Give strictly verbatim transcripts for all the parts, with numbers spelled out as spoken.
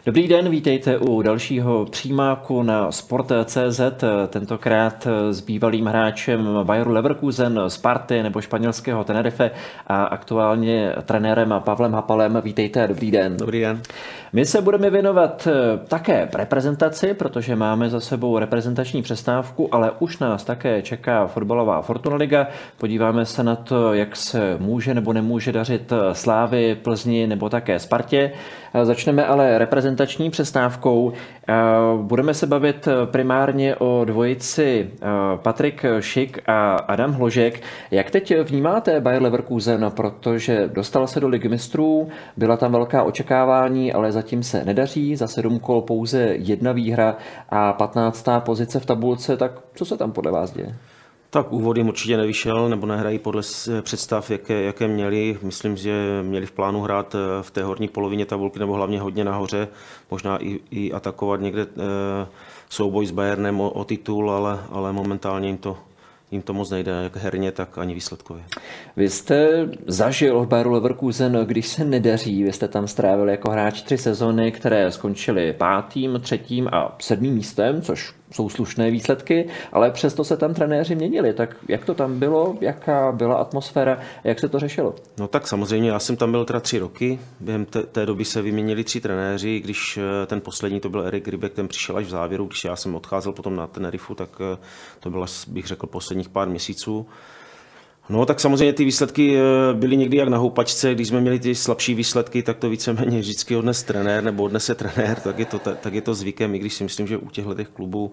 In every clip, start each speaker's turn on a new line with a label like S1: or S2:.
S1: Dobrý den, vítejte u dalšího přímáku na Sport tečka cé zet, tentokrát s bývalým hráčem Bayeru Leverkusen, Sparty nebo španělského Tenerife a aktuálně trenérem Pavlem Hapalem. Vítejte a dobrý den.
S2: Dobrý den.
S1: My se budeme věnovat také reprezentaci, protože máme za sebou reprezentační přestávku, ale už nás také čeká fotbalová Fortuna Liga. Podíváme se na to, jak se může nebo nemůže dařit Slávy, Plzni nebo také Spartě. Začneme ale reprezentační přestávkou. Budeme se bavit primárně o dvojici Patrik Schick a Adam Hložek. Jak teď vnímáte Bayer Leverkusen, protože dostal se do Ligy mistrů, byla tam velká očekávání, ale zatím se nedaří, za sedm kol pouze jedna výhra a patnáctá pozice v tabulce, tak co se tam podle vás děje?
S2: Tak úvod jim určitě nevyšel, nebo nehrají podle představ, jaké, jaké měli. Myslím, že měli v plánu hrát v té horní polovině tabulky, nebo hlavně hodně nahoře, možná i, i atakovat někde e, souboj s Bayernem o, o titul, ale, ale momentálně jim to, jim to moc nejde, jak herně, tak ani výsledkově.
S1: Vy jste zažil v Bayeru Leverkusen, když se nedaří, vy jste tam strávil jako hráč tři sezony, které skončily pátým, třetím a sedmým místem, což jsou slušné výsledky, ale přesto se tam trenéři měnili. Tak jak to tam bylo, jaká byla atmosféra, jak se to řešilo?
S2: No tak samozřejmě, já jsem tam byl teda tři roky, během té, té doby se vyměnili tři trenéři, když ten poslední to byl Erik Rybek, ten přišel až v závěru, když já jsem odcházel potom na Tenerifu, tak to bylo, bych řekl, posledních pár měsíců. No tak samozřejmě ty výsledky byly někdy jak na houpačce, když jsme měli ty slabší výsledky, tak to víceméně vždycky odnes trenér nebo odnese trenér, tak je to, tak je to zvykem, i když si myslím, že u těchto těch klubů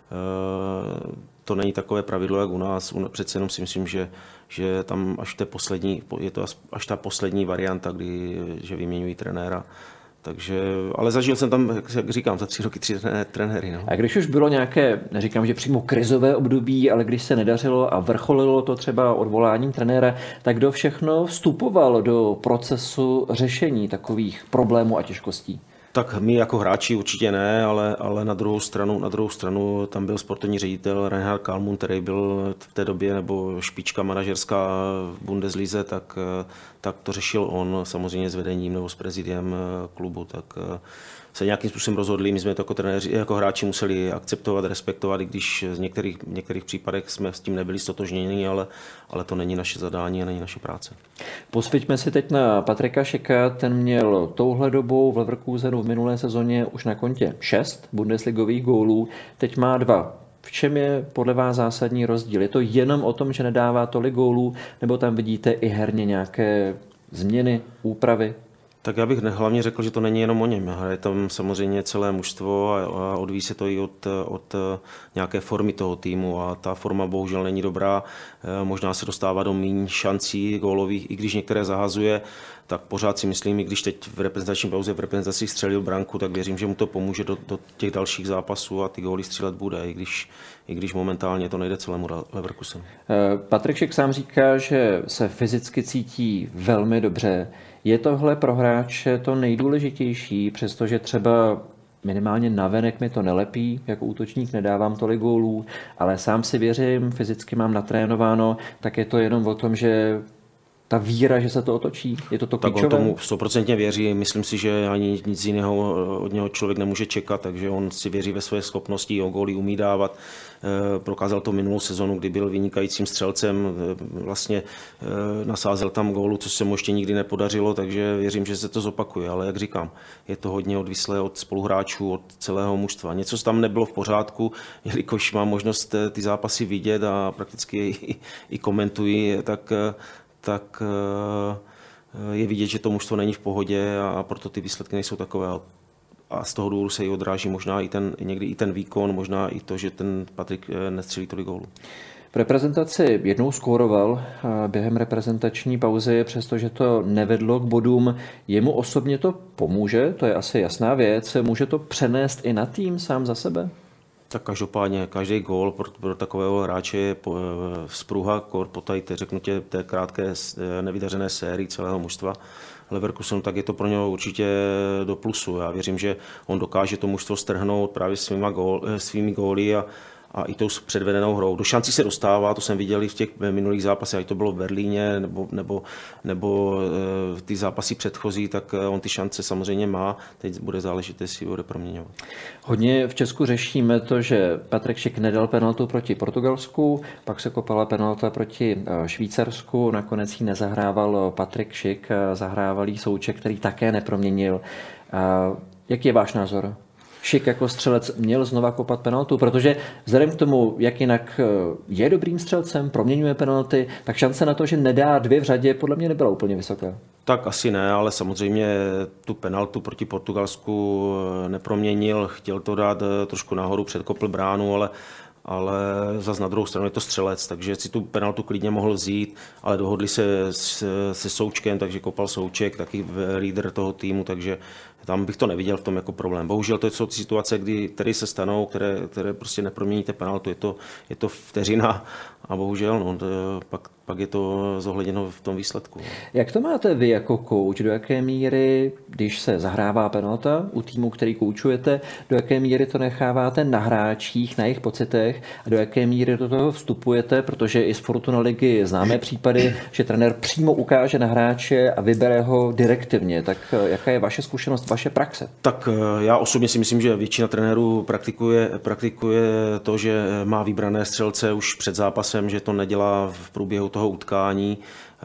S2: to není takové pravidlo, jak u nás. Přece jenom si myslím, že, že tam až, té poslední, je to až ta poslední varianta, kdy, že vyměňují trenéra. Takže, ale zažil jsem tam, jak říkám, za tři roky tři trenéry. No.
S1: A když už bylo nějaké, neříkám, že přímo krizové období, ale když se nedařilo a vrcholilo to třeba odvoláním trenéra, tak kdo všechno vstupoval do procesu řešení takových problémů a těžkostí?
S2: Tak my jako hráči určitě ne, ale, ale na druhou stranu, na druhou stranu tam byl sportovní ředitel Reinhard Kallmund, který byl v té době nebo špička manažerská v Bundeslize, tak, tak to řešil on samozřejmě s vedením nebo s prezidiem klubu, tak se nějakým způsobem rozhodli. My jsme to jako trenéři, jako hráči museli akceptovat, respektovat, i když v některých, v některých případech jsme s tím nebyli stotožněni, ale, ale to není naše zadání a není naše práce.
S1: Posvěďme si teď na Patrika Schicka, ten měl touhle dobou v Leverkusenu v minulé sezóně už na kontě šest bundesligových gólů, teď má dva. V čem je podle vás zásadní rozdíl? Je to jenom o tom, že nedává tolik gólů, nebo tam vidíte i herně nějaké změny, úpravy?
S2: Tak já bych hlavně řekl, že to není jenom o něm. Je tam samozřejmě celé mužstvo a odvíjí se to i od, od nějaké formy toho týmu a ta forma bohužel není dobrá. Možná se dostává do méně šancí gólových, i když některé zahazuje, tak pořád si myslím, i když teď v reprezentační pauze v reprezentaci střelil branku, tak věřím, že mu to pomůže do, do těch dalších zápasů a ty góly střílet bude, i když, i když momentálně to nejde celému Leverkusenu.
S1: Patrik Schick sám říká, že se fyzicky cítí velmi dobře. Je tohle pro hráče to nejdůležitější, přestože třeba minimálně navenek mi to nelepí, jako útočník nedávám tolik gólů, ale sám si věřím, fyzicky mám natrénováno, tak je to jenom o tom, že ta víra, že se to otočí, je to to klíčové?
S2: Tak on tomu stoprocentně věří, myslím si, že ani nic jiného od něho člověk nemůže čekat, takže on si věří ve své schopnosti, o góly umí dávat. Prokázal to minulou sezonu, kdy byl vynikajícím střelcem, vlastně nasázel tam gólu, což se mu ještě nikdy nepodařilo, takže věřím, že se to zopakuje, ale jak říkám, je to hodně odvislé od spoluhráčů, od celého mužstva. Něco tam nebylo v pořádku, jelikož mám možnost ty zápasy vidět a prakticky i, i komentuji, tak tak je vidět, že to mužstvo není v pohodě a proto ty výsledky nejsou takové. A z toho důvodu se i odráží možná i ten, někdy i ten výkon, možná i to, že ten Patrik nestřelí tolik gólů.
S1: V reprezentaci jednou skóroval během reprezentační pauzy, přestože to nevedlo k bodům. Jemu osobně to pomůže, to je asi jasná věc. Může to přenést i na tým sám za sebe?
S2: Tak každopádně každý gól pro, pro takového hráče je vzpruha po tady, řeknu tě, té krátké nevydařené sérii celého mužstva Leverkusenu, tak je to pro něho určitě do plusu. Já věřím, že on dokáže to mužstvo strhnout právě svýma gól, svými góly a, a i tou předvedenou hrou. Do šancí se dostává, to jsem viděl i v těch minulých zápasech, ať to bylo v Berlíně nebo, nebo, nebo ty zápasy předchozí, tak on ty šance samozřejmě má. Teď bude záležet, jestli bude proměňovat.
S1: Hodně v Česku řešíme to, že Patrik Schick nedal penaltu proti Portugalsku, pak se kopala penalta proti Švýcarsku, nakonec ji nezahrával Patrik Schick, zahrával jí Souček, který také neproměnil. Jaký je váš názor? Schick jako střelec měl znova kopat penaltu, protože vzhledem k tomu, jak jinak je dobrým střelcem, proměňuje penalty, tak šance na to, že nedá dvě v řadě, podle mě nebyla úplně vysoká.
S2: Tak asi ne, ale samozřejmě tu penaltu proti Portugalsku neproměnil, chtěl to dát trošku nahoru, předkopl bránu, ale ale zase na druhou stranu je to střelec, takže si tu penaltu klidně mohl vzít, ale dohodli se se Součkem, takže kopal Souček, taky lídr toho týmu, takže tam bych to neviděl v tom jako problém. Bohužel to jsou ty situace, kdy, které se stanou, které, které prostě neproměníte penaltu, je to, je to vteřina a bohužel no, to, pak, pak je to zohledněno v tom výsledku.
S1: Jak to máte vy jako kouč? Do jaké míry, když se zahrává penalta u týmu, který koučujete, do jaké míry to necháváte na hráčích, na jejich pocitech a do jaké míry do toho vstupujete, protože i z Fortuna ligy známé případy, že trenér přímo ukáže na hráče a vybere ho direktivně. Tak jaká je vaše zkušenost, vaše praxe?
S2: Tak já osobně si myslím, že většina trenérů praktikuje, praktikuje to, že má vybrané střelce už před zápasem, že to nedělá v průběhu toho utkání.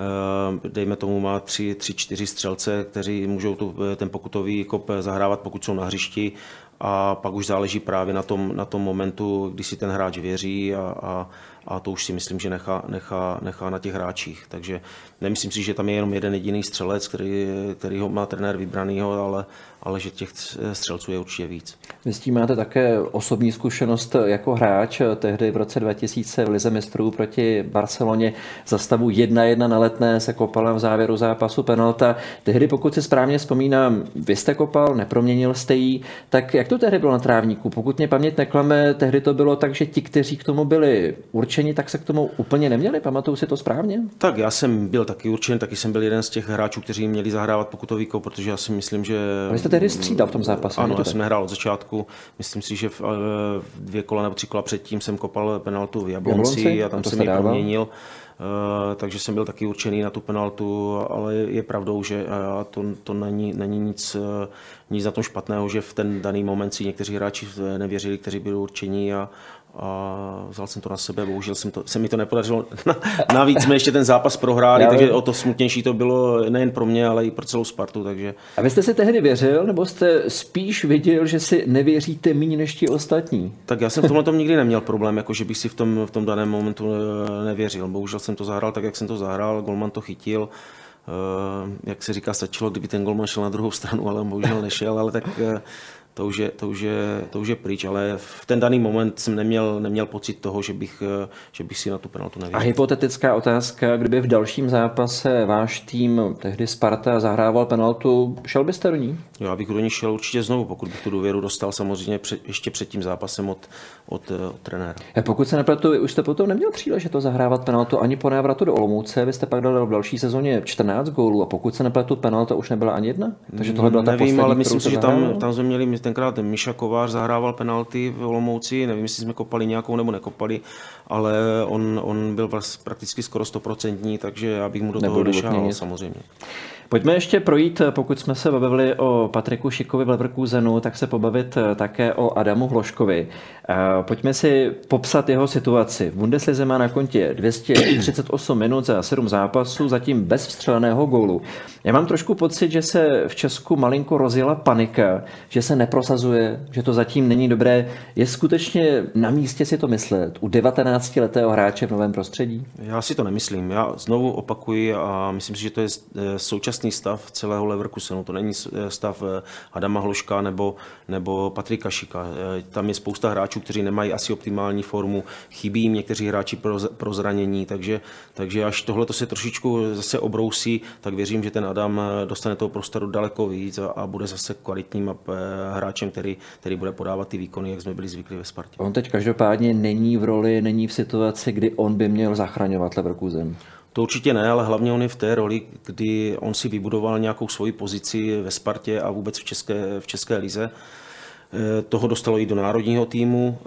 S2: Dejme tomu, má tři, tři, čtyři střelce, kteří můžou tu, ten pokutový kop zahrávat, pokud jsou na hřišti, a pak už záleží právě na tom, na tom momentu, kdy si ten hráč věří a, a, a to už si myslím, že nechá, nechá, nechá na těch hráčích. Takže nemyslím si, že tam je jenom jeden jediný střelec, který, který ho má trenér vybranýho, ale, ale že těch střelců je určitě víc.
S1: Vy s tím máte také osobní zkušenost jako hráč. Tehdy v roce dva tisíce v Lize mistrů proti Barceloně za stavu jedna jedna na Letné se kopala v závěru zápasu penalta. Tehdy, pokud si správně vzpomínám, vy jste kopal, neproměnil jste ji. Tak jak to tehdy bylo na trávníku? Pokud mě paměť neklame, tehdy to bylo tak, že ti, kteří k tomu byli určeni, tak se k tomu úplně neměli. Pamatuju si to správně?
S2: Tak já jsem byl taky určen, taky jsem byl jeden z těch hráčů, kteří měli zahrávat pokutový kop, protože já si myslím, že...
S1: A vy jste tehdy střídal v tom zápase?
S2: Ano, já jsem nehrál od začátku. Myslím si, že v dvě kola nebo tři kola předtím jsem kopal penaltu v Jablonci, Jablonci? a tam jsem ji proměnil. Uh, takže jsem byl taky určený na tu penaltu, ale je pravdou, že uh, to, to není, není nic, uh, nic na tom špatného, že v ten daný moment si někteří hráči nevěřili, kteří byli určení a, a vzal jsem to na sebe, bohužel jsem to, se mi to nepodařilo. Navíc jsme ještě ten zápas prohráli, Já, takže o to smutnější to bylo nejen pro mě, ale i pro celou Spartu. Takže...
S1: A vy jste si tehdy věřil, nebo jste spíš viděl, že si nevěříte méně než ti ostatní?
S2: Tak já jsem v tomhle tom nikdy neměl problém, jako že bych si v tom, v tom daném momentu nevěřil. Bohužel jsem to zahrál tak, jak jsem to zahrál, golman to chytil. Jak se říká, stačilo, kdyby ten golman šel na druhou stranu, ale on bohužel nešel, ale tak... To už, je, to, už je, to už je pryč, ale v ten daný moment jsem neměl, neměl pocit toho, že bych, že bych si na tu penaltu nevěřil.
S1: A hypotetická otázka, kdyby v dalším zápase váš tým, tehdy Sparta, zahrával penaltu, šel byste do ní?
S2: Jo, já bych do ní šel určitě znovu, pokud bych tu důvěru dostal samozřejmě před, ještě před tím zápasem od, od, od trenéra.
S1: A pokud se nepletu, vy už jste potom neměl příležitost zahrávat penaltu ani po návratu do Olomouce, vy jste pak dal v další sezóně čtrnáct gólů a pokud se nepletu, penalta už nebyla ani jedna? Takže tohle byla ta
S2: Nevím,
S1: poslední,
S2: ale myslím si, že tam,
S1: tam
S2: jsme měli tenkrát Miša Kovář zahrával penalty v Olomouci, nevím, jestli jsme kopali nějakou nebo nekopali, ale on, on byl vlastně prakticky skoro stoprocentní, takže já bych mu do toho nešel, samozřejmě.
S1: Pojďme ještě projít, pokud jsme se bavili o Patriku Schickovi v Leverkusenu, tak se pobavit také o Adamu Hložkovi. Pojďme si popsat jeho situaci. V Bundeslize má na kontě dvě stě třicet osm minut za sedm zápasů, zatím bez vstřeleného gólu. Já mám trošku pocit, že se v Česku malinko rozjela panika, že se neprosazuje, že to zatím není dobré. Je skutečně na místě si to myslet u devatenáctiletého hráče v novém prostředí?
S2: Já si to nemyslím. Já znovu opakuji a myslím si, že to je současný stav celého Leverkusenu. To není stav Adama Hložka nebo, nebo Patrika Schicka. Tam je spousta hráčů, kteří nemají asi optimální formu. Chybí jim někteří hráči pro, pro zranění, takže, takže až tohle se trošičku zase obrousí, tak věřím, že ten Adam dostane toho prostoru daleko víc a, a bude zase kvalitním hráčem, který, který bude podávat ty výkony, jak jsme byli zvyklí ve Spartě.
S1: On teď každopádně není v roli, není v situaci, kdy on by měl zachraňovat Leverkusen.
S2: To určitě ne, ale hlavně on je v té roli, kdy on si vybudoval nějakou svoji pozici ve Spartě a vůbec v České, v České lize. toho dostalo i do národního týmu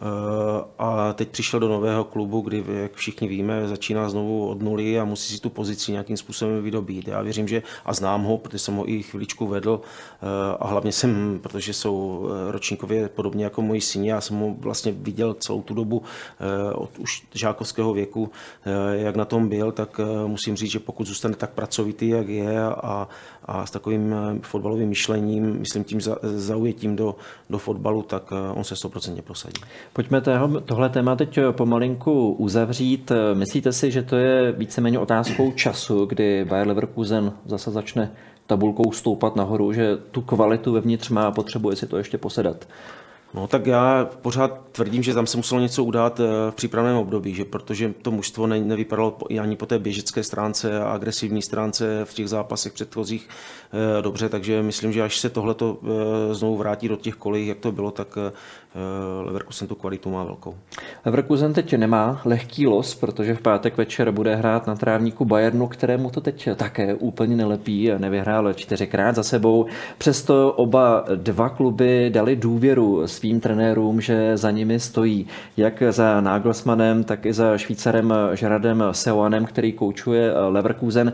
S2: a teď přišel do nového klubu, kdy, jak všichni víme, začíná znovu od nuly a musí si tu pozici nějakým způsobem vydobít. Já věřím, že a znám ho, protože jsem ho i chviličku vedl a hlavně jsem, protože jsou ročníkově podobně jako moji syni, já jsem ho vlastně viděl celou tu dobu od už žákovského věku, jak na tom byl, tak musím říct, že pokud zůstane tak pracovitý, jak je a, a s takovým fotbalovým myšlením, myslím tím zaujetím do, do fotbalu, tak on se stoprocentně prosadí.
S1: Pojďme tohle téma teď pomalinku uzavřít. Myslíte si, že to je víceméně otázkou času, kdy Bayer Leverkusen zase začne tabulkou stoupat nahoru, že tu kvalitu vevnitř má a potřebuje si to ještě posedat?
S2: No tak já pořád tvrdím, že tam se muselo něco udát v přípravném období, že protože to mužstvo ne, nevypadalo ani po té běžecké stránce a agresivní stránce v těch zápasech předchozích dobře, takže myslím, že až se tohleto znovu vrátí do těch kolejí, jak to bylo, tak Leverkusen tu kvalitu má velkou.
S1: Leverkusen teď nemá lehký los, protože v pátek večer bude hrát na trávníku Bayernu, kterému to teď také úplně nelepí, nevyhrál čtyřikrát za sebou. Přesto oba dva kluby dali důvěru svým trenérům, že za nimi stojí. Jak za Nagelsmannem, tak i za Švýcarem Gerardem Seoanem, který koučuje Leverkusen.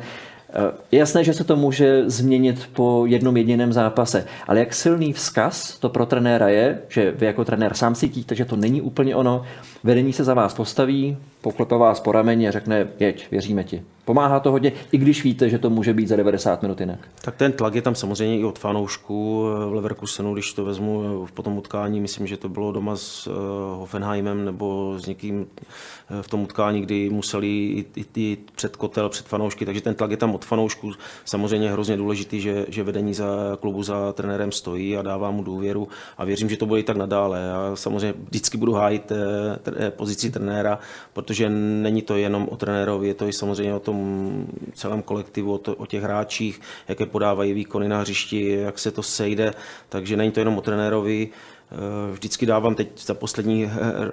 S1: Je jasné, že se to může změnit po jednom jediném zápase, ale jak silný vzkaz to pro trenéra je, že vy jako trenér sám cítíte, že to není úplně ono, vedení se za vás postaví, poklepe vás po rameni a řekne, jeď, věříme ti. Pomáhá to hodně, i když víte, že to může být za devadesát minut jinak.
S2: Tak ten tlak je tam samozřejmě i od fanoušků v Leverkusenu, když to vezmu v tom utkání, myslím, že to bylo doma s Hoffenheimem nebo s někým v tom utkání, kdy museli jít, jít před kotel, před fanoušky, takže ten tlak je tam od fanoušků. Samozřejmě hrozně důležitý, že, že vedení za klubu za trenérem stojí a dává mu důvěru a věřím, že to bude i tak nadále. Já samozřejmě vždycky budu hájit pozici trenéra, protože není to jenom o trenérovi, je to i samozřejmě o tom celém kolektivu, o, to, o těch hráčích, jaké podávají výkony na hřišti, jak se to sejde, takže není to jenom o trenérovi. Vždycky dávám teď za poslední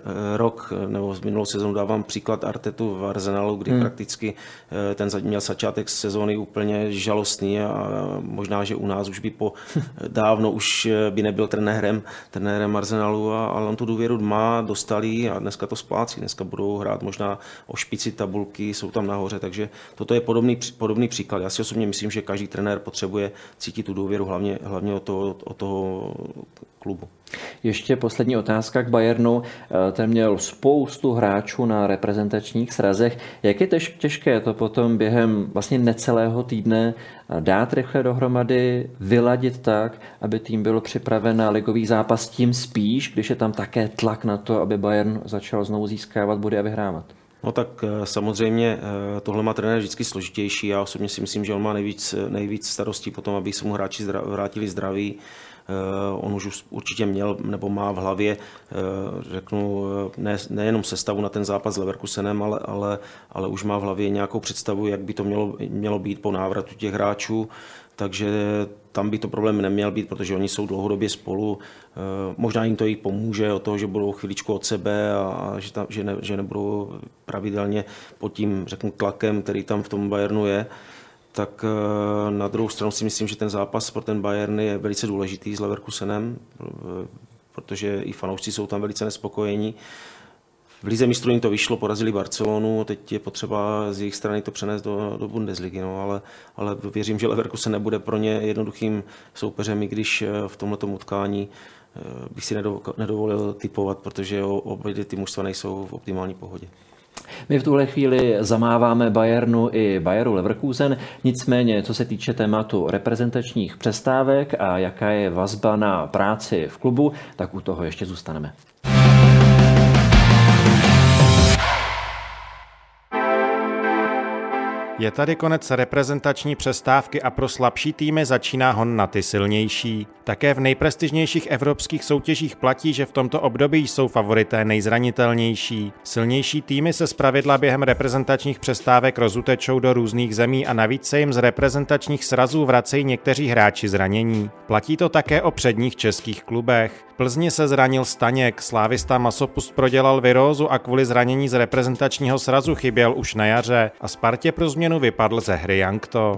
S2: rok nebo z minulou sezónu dávám příklad Artetu v Arsenalu, kdy hmm. prakticky ten měl začátek sezóny úplně žalostný a možná, že u nás už by po dávno už by nebyl trenérem, trenérem Arsenalu, ale on tu důvěru má, dostali a dneska to splácí. Dneska budou hrát možná o špici tabulky, jsou tam nahoře, takže toto je podobný, podobný příklad. Já si osobně myslím, že každý trenér potřebuje cítit tu důvěru, hlavně, hlavně od toho, od toho klubu.
S1: Ještě poslední otázka k Bayernu. Ten měl spoustu hráčů na reprezentačních srazech. Jak je tež, těžké to potom během vlastně necelého týdne dát rychle dohromady, vyladit tak, aby tým byl připraven na ligový zápas, tím spíš, když je tam také tlak na to, aby Bayern začal znovu získávat body a vyhrávat?
S2: No tak samozřejmě tohle má trenér vždycky složitější. Já osobně si myslím, že on má nejvíc, nejvíc starostí potom, aby se mu hráči vrátili zdraví. On už určitě měl nebo má v hlavě, řeknu, ne, nejenom sestavu na ten zápas s Leverkusenem, ale, ale, ale už má v hlavě nějakou představu, jak by to mělo, mělo být po návratu těch hráčů. Takže tam by to problém neměl být, protože oni jsou dlouhodobě spolu. Možná jim to i pomůže od toho, že budou chviličku od sebe a že, tam, že, ne, že nebudou pravidelně pod tím, řeknu, tlakem, který tam v tom Bayernu je. Tak na druhou stranu si myslím, že ten zápas pro ten Bayern je velice důležitý s Leverkusenem, protože i fanoušci jsou tam velice nespokojení. V Lize mistrů jim to vyšlo, porazili Barcelonu, teď je potřeba z jejich strany to přenést do, do Bundesligy, no, ale, ale věřím, že Leverkusen nebude pro ně jednoduchým soupeřem, i když v tomto utkání bych si nedovolil tipovat, protože obě ty mužstva nejsou v optimální pohodě.
S1: My v tuhle chvíli zamáváme Bayernu i Bayeru Leverkusen, nicméně co se týče tématu reprezentačních přestávek a jaká je vazba na práci v klubu, tak u toho ještě zůstaneme.
S3: Je tady konec reprezentační přestávky a pro slabší týmy začíná hon na ty silnější. Také v nejprestižnějších evropských soutěžích platí, že v tomto období jsou favorité nejzranitelnější. Silnější týmy se zpravidla během reprezentačních přestávek rozutečou do různých zemí a navíc se jim z reprezentačních srazů vracejí někteří hráči zranění. Platí to také o předních českých klubech. Plzni se zranil Staněk, slávista Masopust prodělal virózu a kvůli zranění z reprezentačního srazu chyběl už na jaře a Spartě pro změnu vypadl ze hry Jankto.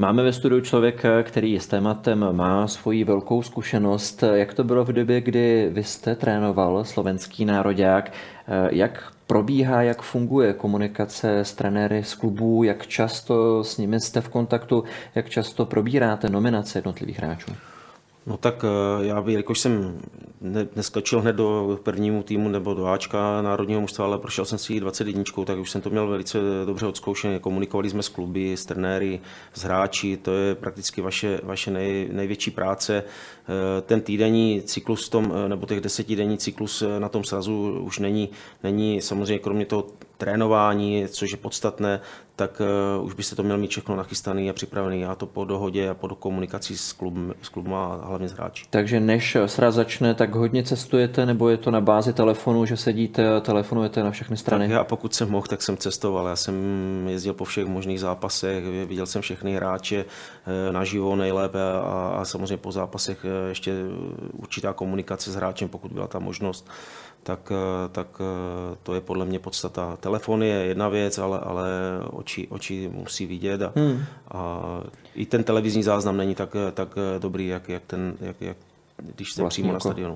S1: Máme ve studiu člověka, který s tématem má svoji velkou zkušenost. Jak to bylo v době, kdy vy jste trénoval slovenský nároďák? Jak probíhá, jak funguje komunikace s trenéry z klubů? Jak často s nimi jste v kontaktu? Jak často probíráte nominace jednotlivých hráčů?
S2: No tak já bych, jakož jsem ne, neskočil hned do prvnímu týmu nebo do Ačka národního mužstva, ale prošel jsem si dvacet jedna, tak už jsem to měl velice dobře odzkoušené. Komunikovali jsme s kluby, s trenéry, s hráči, to je prakticky vaše, vaše nej, největší práce. Ten týdenní cyklus tom, nebo těch desetidenní cyklus na tom srazu už není, není samozřejmě kromě toho trénování, což je podstatné, tak uh, už byste to měl mít všechno nachystaný a připravený. Já to po dohodě a po komunikaci s klubem, s klubem a hlavně s hráči.
S1: Takže než sraz začne, tak hodně cestujete, nebo je to na bázi telefonu, že sedíte, telefonujete na všechny strany?
S2: Tak já pokud jsem mohl, tak jsem cestoval. Já jsem jezdil po všech možných zápasech, viděl jsem všechny hráče naživo nejlépe a, a samozřejmě po zápasech ještě určitá komunikace s hráčem, pokud byla ta možnost. Tak, tak to je podle mě podstata. Telefon je jedna věc, ale, ale oči, oči musí vidět a, hmm. a i ten televizní záznam není tak, tak dobrý, jak, jak, ten, jak, jak když jsem vlastně přímo na stadionu.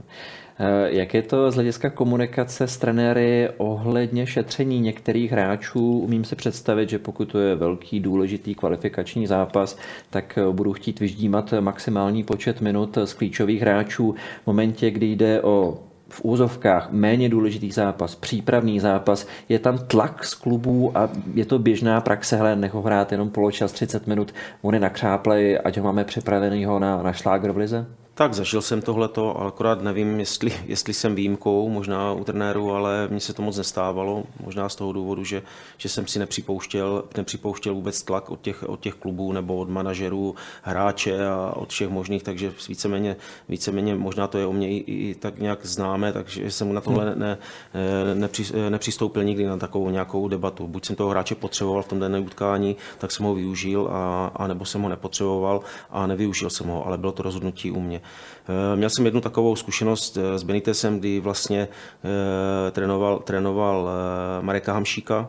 S1: Jak je to z hlediska komunikace s trenéry ohledně šetření některých hráčů? Umím si představit, že pokud to je velký, důležitý kvalifikační zápas, tak budu chtít vyždímat maximální počet minut z klíčových hráčů. V momentě, kdy jde o v úzovkách méně důležitý zápas, přípravný zápas, je tam tlak z klubů a je to běžná praxe, hele, nech ho hrát jenom poločas, třicet minut, on je nakřáplej, ať ho máme připravenýho na, na šlágr v lize?
S2: Tak zažil jsem tohleto, ale akorát nevím, jestli, jestli jsem výjimkou, možná u trenéru, ale mně se to moc nestávalo. Možná z toho důvodu, že, že jsem si nepřipouštěl, nepřipouštěl vůbec tlak od těch, od těch klubů nebo od manažerů, hráče a od všech možných, takže víceméně, víceméně možná to je o mě i, i tak nějak známé, takže jsem na tohle ne, ne, nepři, nepřistoupil nikdy na takovou nějakou debatu. Buď jsem toho hráče potřeboval v tom daném utkání, tak jsem ho využil, a, a nebo jsem ho nepotřeboval a nevyužil jsem ho, ale bylo to rozhodnutí u mě. Měl jsem jednu takovou zkušenost s Benitezem, kdy vlastně trénoval, trénoval Mareka Hamšíka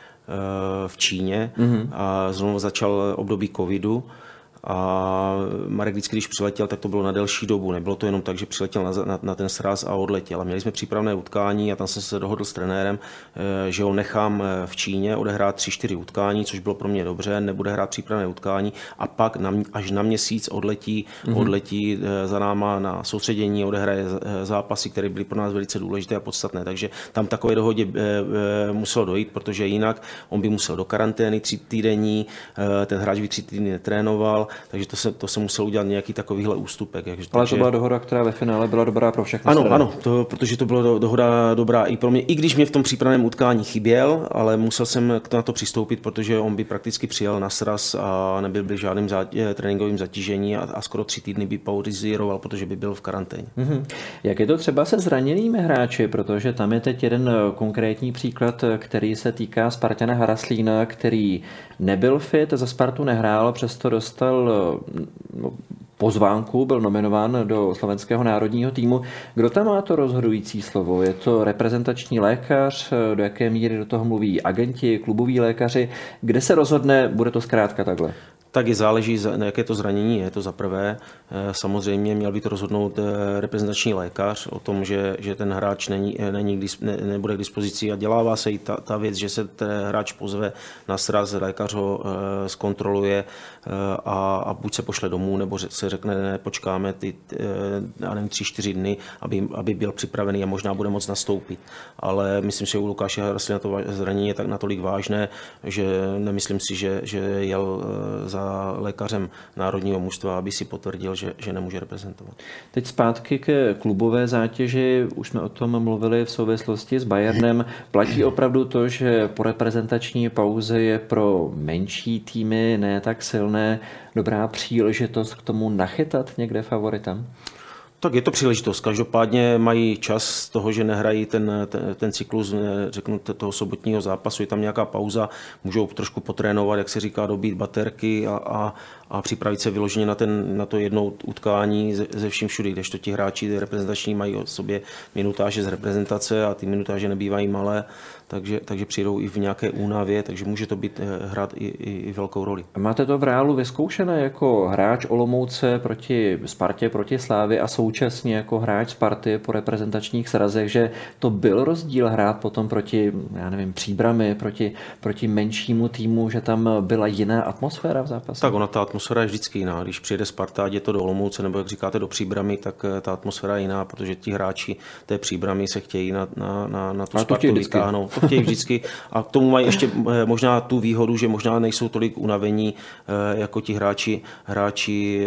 S2: v Číně mm-hmm. a znovu začal období covidu. A Marek vždycky, když přiletěl, tak to bylo na delší dobu. Nebylo to jenom tak, že přiletěl na, na, na ten sraz a odletěl. A měli jsme přípravné utkání a tam jsem se dohodl s trenérem, že ho nechám v Číně odehrát tři čtyři utkání, což bylo pro mě dobře, nebude hrát přípravné utkání a pak na, až na měsíc odletí, mm-hmm. odletí za náma na soustředění, odehraje zápasy, které byly pro nás velice důležité a podstatné. Takže tam takové dohodě muselo dojít, protože jinak on by musel do karantény tři týdenní, ten hráč by tři týdny netrénoval, takže to se, to se musel udělat nějaký takovýhle ústupek. Takže,
S1: ale to byla dohoda, která ve finále byla dobrá pro všechny.
S2: Ano, strany. Ano, to, protože to byla do, dohoda dobrá i pro mě, i když mě v tom přípravném utkání chyběl, ale musel jsem na to přistoupit, protože on by prakticky přijel na sraz a nebyl by žádným zá, tréninkovým zatížení a, a skoro tři týdny by pauziroval, protože by byl v karanténě.
S1: Mm-hmm. Jak je to třeba se zraněnými hráči, protože tam je teď jeden konkrétní příklad, který se týká Spartana Haraslína, který nebyl fit, za Spartu nehrál, přesto dostal pozvánku, byl nominován do slovenského národního týmu. Kdo tam má to rozhodující slovo? Je to reprezentační lékař? Do jaké míry do toho mluví agenti, kluboví lékaři? Kde se rozhodne, bude to zkrátka takhle?
S2: Tak je záleží, na jaké to zranění je, to za prvé. Samozřejmě měl by to rozhodnout reprezentační lékař o tom, že, že ten hráč není, není, ne, nebude k dispozici a dělává se i ta, ta věc, že se ten hráč pozve na sraz, lékař ho e, zkontroluje a, a buď se pošle domů, nebo se řekne, ne, počkáme ty e, nevím, tři, čtyři dny, aby, aby byl připravený a možná bude moct nastoupit. Ale myslím si, že u Lukáše Haraslína to zranění je tak natolik vážné, že nemyslím si, že, že jel za lékařem národního mužstva, aby si potvrdil, že, že nemůže reprezentovat.
S1: Teď zpátky k klubové zátěži. Už jsme o tom mluvili v souvislosti s Bayernem. Platí opravdu to, že po reprezentační pauze je pro menší týmy, ne tak silné, dobrá příležitost k tomu nachytat někde favoritem?
S2: Tak je to příležitost. Každopádně mají čas z toho, že nehrají ten, ten, ten cyklus, řeknu, toho sobotního zápasu, je tam nějaká pauza, můžou trošku potrénovat, jak se říká, dobít baterky a, a, a připravit se vyloženě na, ten, na to jednou utkání ze, ze vším všudy, kdežto ti hráči reprezentační mají o sobě minutáže z reprezentace a ty minutáže nebývají malé, takže, takže přijdou i v nějaké únavě, takže může to být hrát i, i, i velkou roli.
S1: Máte to v reálu vyzkoušené jako hráč Olomouce proti Spartě, proti Slávy a současně jako hráč Sparty po reprezentačních srazech, že to byl rozdíl hrát potom proti, já nevím, Příbrami, proti, proti menšímu týmu, že tam byla jiná atmosféra v zápase?
S2: Tak ona, ta atmosféra je vždycky jiná. Když přijede Sparta, ať je to do Olomouce, nebo jak říkáte do Příbramy, tak ta atmosféra je jiná, protože ti hráči té Příbramy se chtějí na, na, na, na tu
S1: a
S2: Spartu vytáhnout. To chtějí vždycky. A k tomu mají ještě možná tu výhodu, že možná nejsou tolik unavení jako ti hráči, hráči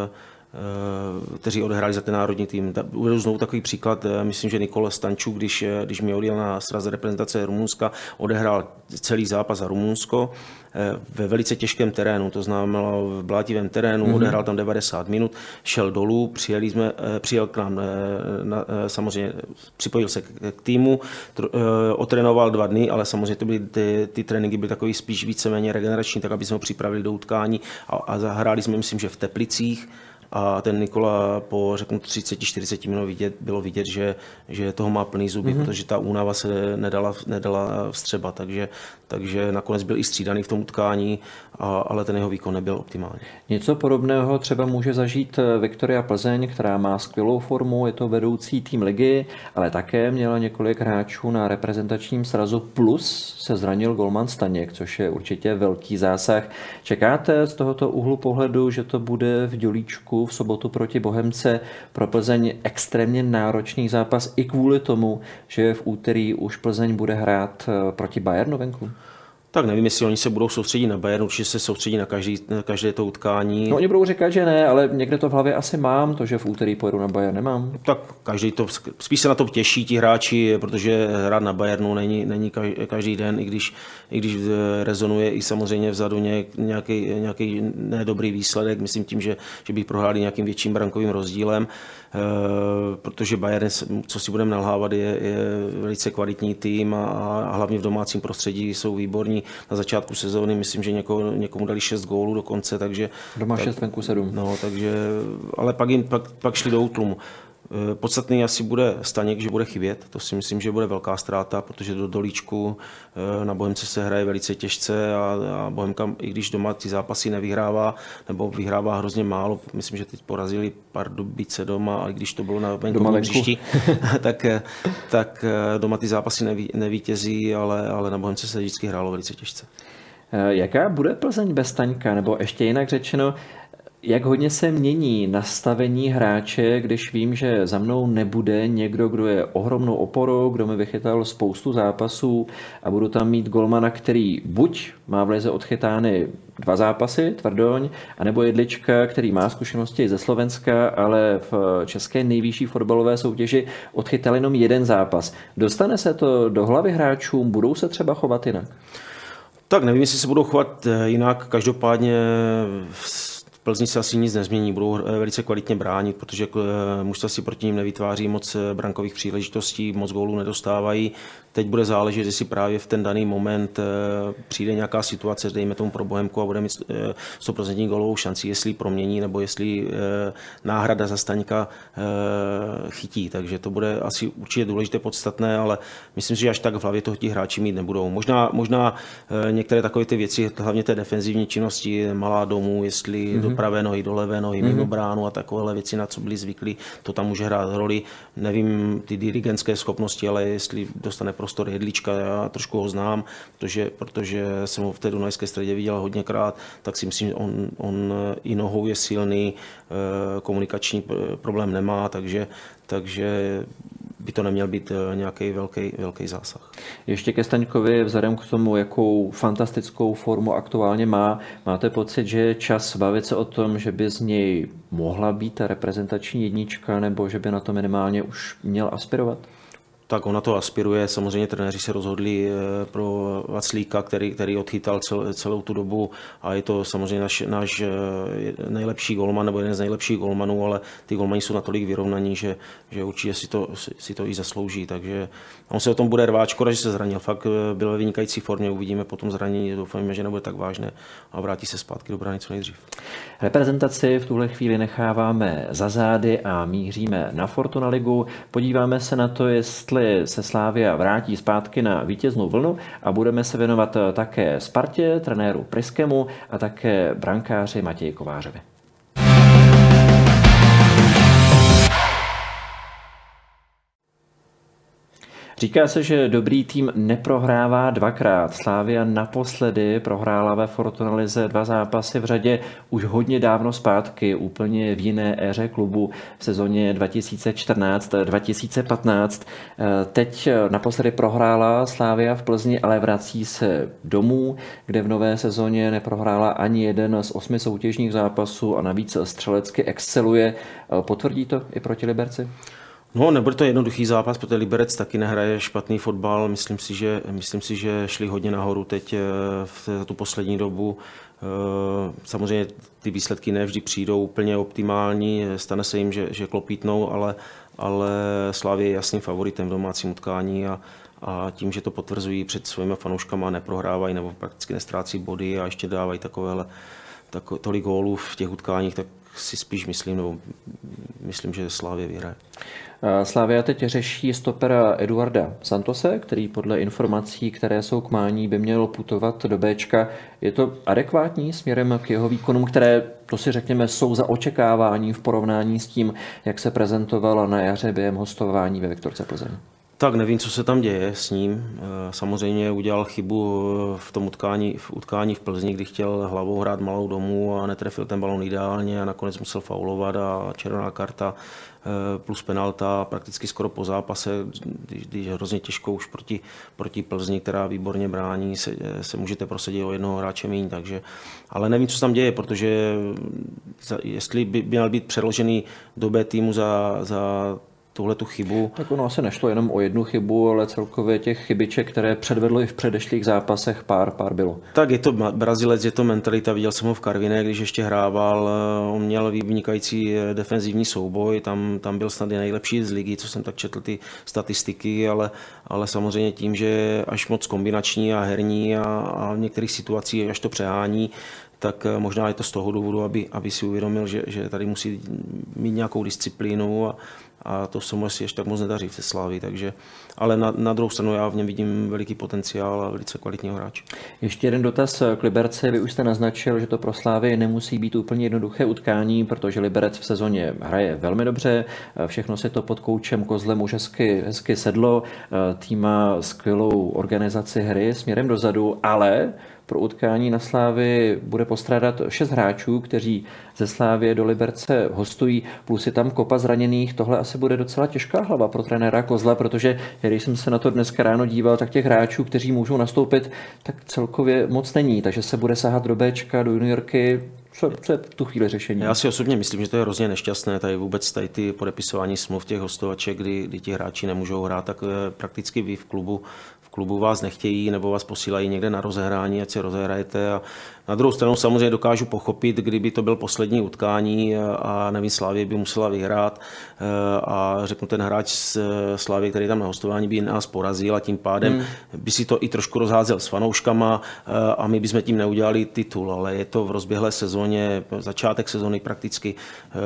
S2: kteří odehráli za ten národní tým. Uvedu znovu takový příklad, myslím, že Nikola Stanču, když, když mě odjel na sraz reprezentace Rumunska, odehrál celý zápas za Rumunsko ve velice těžkém terénu, to znamenalo v blátivém terénu, mm-hmm. odehrál tam devadesát minut, šel dolů, přijeli jsme, přijel k nám, na, samozřejmě připojil se k týmu, otrénoval dva dny, ale samozřejmě to byly, ty, ty tréninky byly takový spíš víceméně regenerační, tak aby jsme ho připravili do utkání a, a zahráli jsme, myslím, že v Teplicích. A ten Nikola po, řeknu, třicet čtyřicet minut vidět, bylo vidět, že, že toho má plný zuby, mm-hmm. protože ta únava se nedala, nedala vstřebat, takže, takže nakonec byl i střídaný v tom utkání, a, ale ten jeho výkon nebyl optimální.
S1: Něco podobného třeba může zažít Viktoria Plzeň, která má skvělou formu, je to vedoucí tým ligy, ale také měla několik hráčů na reprezentačním srazu, plus se zranil golman Staněk, což je určitě velký zásah. Čekáte z tohoto úhlu pohledu, že to bude v Dělíčku v sobotu proti Bohemce pro Plzeň extrémně náročný zápas i kvůli tomu, že v úterý už Plzeň bude hrát proti Bayernu venku?
S2: Tak nevím, jestli oni se budou soustředit na Bayern, určitě se soustředí na, každý, na každé to utkání.
S1: No oni budou říkat, že ne, ale někde to v hlavě asi mám, to, že v úterý pojedu na Bayern, nemám.
S2: Tak každý to, spíš se na to těší ti hráči, protože hrát na Bayernu není, není každý den, i když, i když rezonuje i samozřejmě vzadu nějaký, nějaký nedobrý výsledek, myslím tím, že, že bych prohráli nějakým větším brankovým rozdílem, protože Bayern, co si budeme nalhávat, je, je velice kvalitní tým a, a hlavně v domácím prostředí jsou výborní. Na začátku sezóny myslím, že někoho, někomu dali šest gólů dokonce, takže...
S1: Doma
S2: tak,
S1: šest, venku sedm.
S2: No, takže, ale pak, jim, pak, pak šli do útlumu. Podstatný asi bude Staněk, že bude chybět. To si myslím, že bude velká ztráta, protože do Dolíčku na Bohemce se hraje velice těžce a, a Bohemka, i když doma ty zápasy nevyhrává, nebo vyhrává hrozně málo, myslím, že teď porazili Pardubice doma, a i když to bylo na venkovním hřišti, tak, tak doma ty zápasy neví, nevítězí, ale, ale na Bohemce se vždycky hrálo velice těžce.
S1: Jaká bude Plzeň bez Staňka, nebo ještě jinak řečeno, jak hodně se mění nastavení hráče, když vím, že za mnou nebude někdo, kdo je ohromnou oporou, kdo mi vychytal spoustu zápasů a budu tam mít golmana, který buď má v lize odchytány dva zápasy, Tvrdoň, anebo Jedlička, který má zkušenosti ze Slovenska, ale v české nejvyšší fotbalové soutěži odchytal jenom jeden zápas. Dostane se to do hlavy hráčům, budou se třeba chovat jinak?
S2: Tak nevím, jestli se budou chovat jinak, každopádně Plzni se asi nic nezmění, budou velice kvalitně bránit, protože mužstva si proti ním nevytváří moc brankových příležitostí, moc gólů nedostávají. Teď bude záležet, jestli právě v ten daný moment přijde nějaká situace, dejme tomu pro Bohemku a bude mít sto procent gólovou šanci, jestli promění nebo jestli náhrada za Staňka chytí. Takže to bude asi určitě důležité, podstatné, ale myslím si, že až tak v hlavě toho ti hráči mít nebudou. Možná, možná některé takové ty věci, hlavně té defenzivní činnosti, malá domů, jestli mm-hmm. do pravé nohy, do levé nohy, mm-hmm. mimo bránu a takovéhle věci, na co byli zvyklí, to tam může hrát roli. Nevím ty dirigentské schopnosti, ale jestli dostane prostor Jedlička, já trošku ho znám, protože, protože jsem ho v té dunajské středě viděl hodněkrát, tak si myslím, že on, on i nohou je silný, komunikační problém nemá, takže, takže by to neměl být nějaký velký, velký zásah.
S1: Ještě ke Staňkovi, vzhledem k tomu, jakou fantastickou formu aktuálně má, máte pocit, že je čas bavit se o tom, že by z něj mohla být ta reprezentační jednička, nebo že by na to minimálně už měl aspirovat?
S2: Tak ona to aspiruje, samozřejmě trenéři se rozhodli pro Vaclíka, který, který odchytal cel, celou tu dobu a je to samozřejmě náš, náš nejlepší golman nebo jeden z nejlepších golmanů, ale ty golmani jsou natolik vyrovnaní, že, že určitě si to, si to i zaslouží, takže on se o tom bude rvát, škoda, že se zranil, fakt byl ve vynikající formě, uvidíme potom zranění, doufáme, že nebude tak vážné a vrátí se zpátky do brány co nejdřív.
S1: Reprezentaci v tuhle chvíli necháváme za zády a míříme na Fortuna ligu, podíváme se na to, jestli se Slavia vrátí zpátky na vítěznou vlnu a budeme se věnovat také Spartě, trenéru Pryskému a také brankáři Matěji Kovářovi. Říká se, že dobrý tým neprohrává dvakrát. Slavia naposledy prohrála ve Fortuna lize dva zápasy v řadě už hodně dávno zpátky, úplně v jiné éře klubu v sezóně dva tisíce čtrnáct dva tisíce patnáct. Teď naposledy prohrála Slavia v Plzni, ale vrací se domů, kde v nové sezóně neprohrála ani jeden z osmi soutěžních zápasů a navíc střelecky exceluje. Potvrdí to i proti Liberci?
S2: No, nebude to jednoduchý zápas, protože Liberec taky nehraje špatný fotbal. Myslím si, že, myslím si, že šli hodně nahoru teď v tu poslední dobu. Samozřejmě ty výsledky ne vždy přijdou úplně optimální, stane se jim, že, že klopítnou, ale, ale Slavia je jasným favoritem v domácím utkání a, a tím, že to potvrzují před svými fanouškama, neprohrávají nebo prakticky nestrácí body a ještě dávají takovéhle, tak, tolik gólů v těch utkáních, tak si spíš myslím, nebo myslím, že Slavia vyhraje.
S1: Slavia teď řeší stopera Eduarda Santose, který podle informací, které jsou k mání, by měl putovat do Béčka. Je to adekvátní směrem k jeho výkonům, které, to si řekněme, jsou za očekávání v porovnání s tím, jak se prezentovala na jaře během hostování ve Viktorce Plzeň?
S2: Tak nevím, co se tam děje s ním. Samozřejmě udělal chybu v tom utkání v, utkání v Plzni, kdy chtěl hlavou hrát malou domů a netrefil ten balón ideálně a nakonec musel faulovat a červená karta plus penalta prakticky skoro po zápase, když, když hrozně těžko už proti, proti Plzni, která výborně brání, se, se můžete prosadit o jednoho hráče méně, takže, ale nevím, co se tam děje, protože jestli by měl být předložený do B týmu za, za tuhle tu chybu.
S1: Tak ono asi nešlo jenom o jednu chybu, ale celkově těch chybiček, které předvedlo i v předešlých zápasech, pár, pár bylo.
S2: Tak je to Brazilec, je to mentalita, viděl jsem ho v Karviné, když ještě hrával, on měl vynikající defenzivní souboj, tam, tam byl snad i nejlepší z ligy, co jsem tak četl ty statistiky, ale, ale samozřejmě tím, že je až moc kombinační a herní a, a v některých situacích až to přehání, tak možná je to z toho důvodu, aby, aby si uvědomil, že, že tady musí mít nějakou disciplínu a, a to se mu asi ještě tak moc nedaří v té Slavii, takže, ale na, na druhou stranu já v něm vidím veliký potenciál a velice kvalitního hráče.
S1: Ještě jeden dotaz k Liberci. Vy už jste naznačil, že to pro Slavii nemusí být úplně jednoduché utkání, protože Liberec v sezóně hraje velmi dobře, všechno se to pod koučem Kozlem už hezky, hezky sedlo, tým má skvělou organizaci hry směrem dozadu, ale pro utkání na Slávii bude postrádat šest hráčů, kteří ze Slávie do Liberce hostují, plus je tam kopa zraněných. Tohle asi bude docela těžká hlava pro trenéra Kozla, protože když jsem se na to dneska ráno díval, tak těch hráčů, kteří můžou nastoupit, tak celkově moc není, takže se bude sahat do Béčka, do juniorky. Co, co je v tu chvíli řešení?
S2: Já si osobně myslím, že to je hrozně nešťastné, tady vůbec tady ty podepisování smluv těch hostovaček, kdy, kdy ti hráči nemůžou hrát, tak prakticky vy v klubu klubu vás nechtějí nebo vás posílají někde na rozehrání, ať si rozehrajete. A na druhou stranu samozřejmě dokážu pochopit, kdyby to byl poslední utkání a nevím, Slavie by musela vyhrát a řeknu, ten hráč z Slavie, který tam na hostování by nás porazil a tím pádem hmm. by si to i trošku rozházel s fanouškama a my bychom tím neudělali titul, ale je to v rozběhlé sezóně, začátek sezóny prakticky.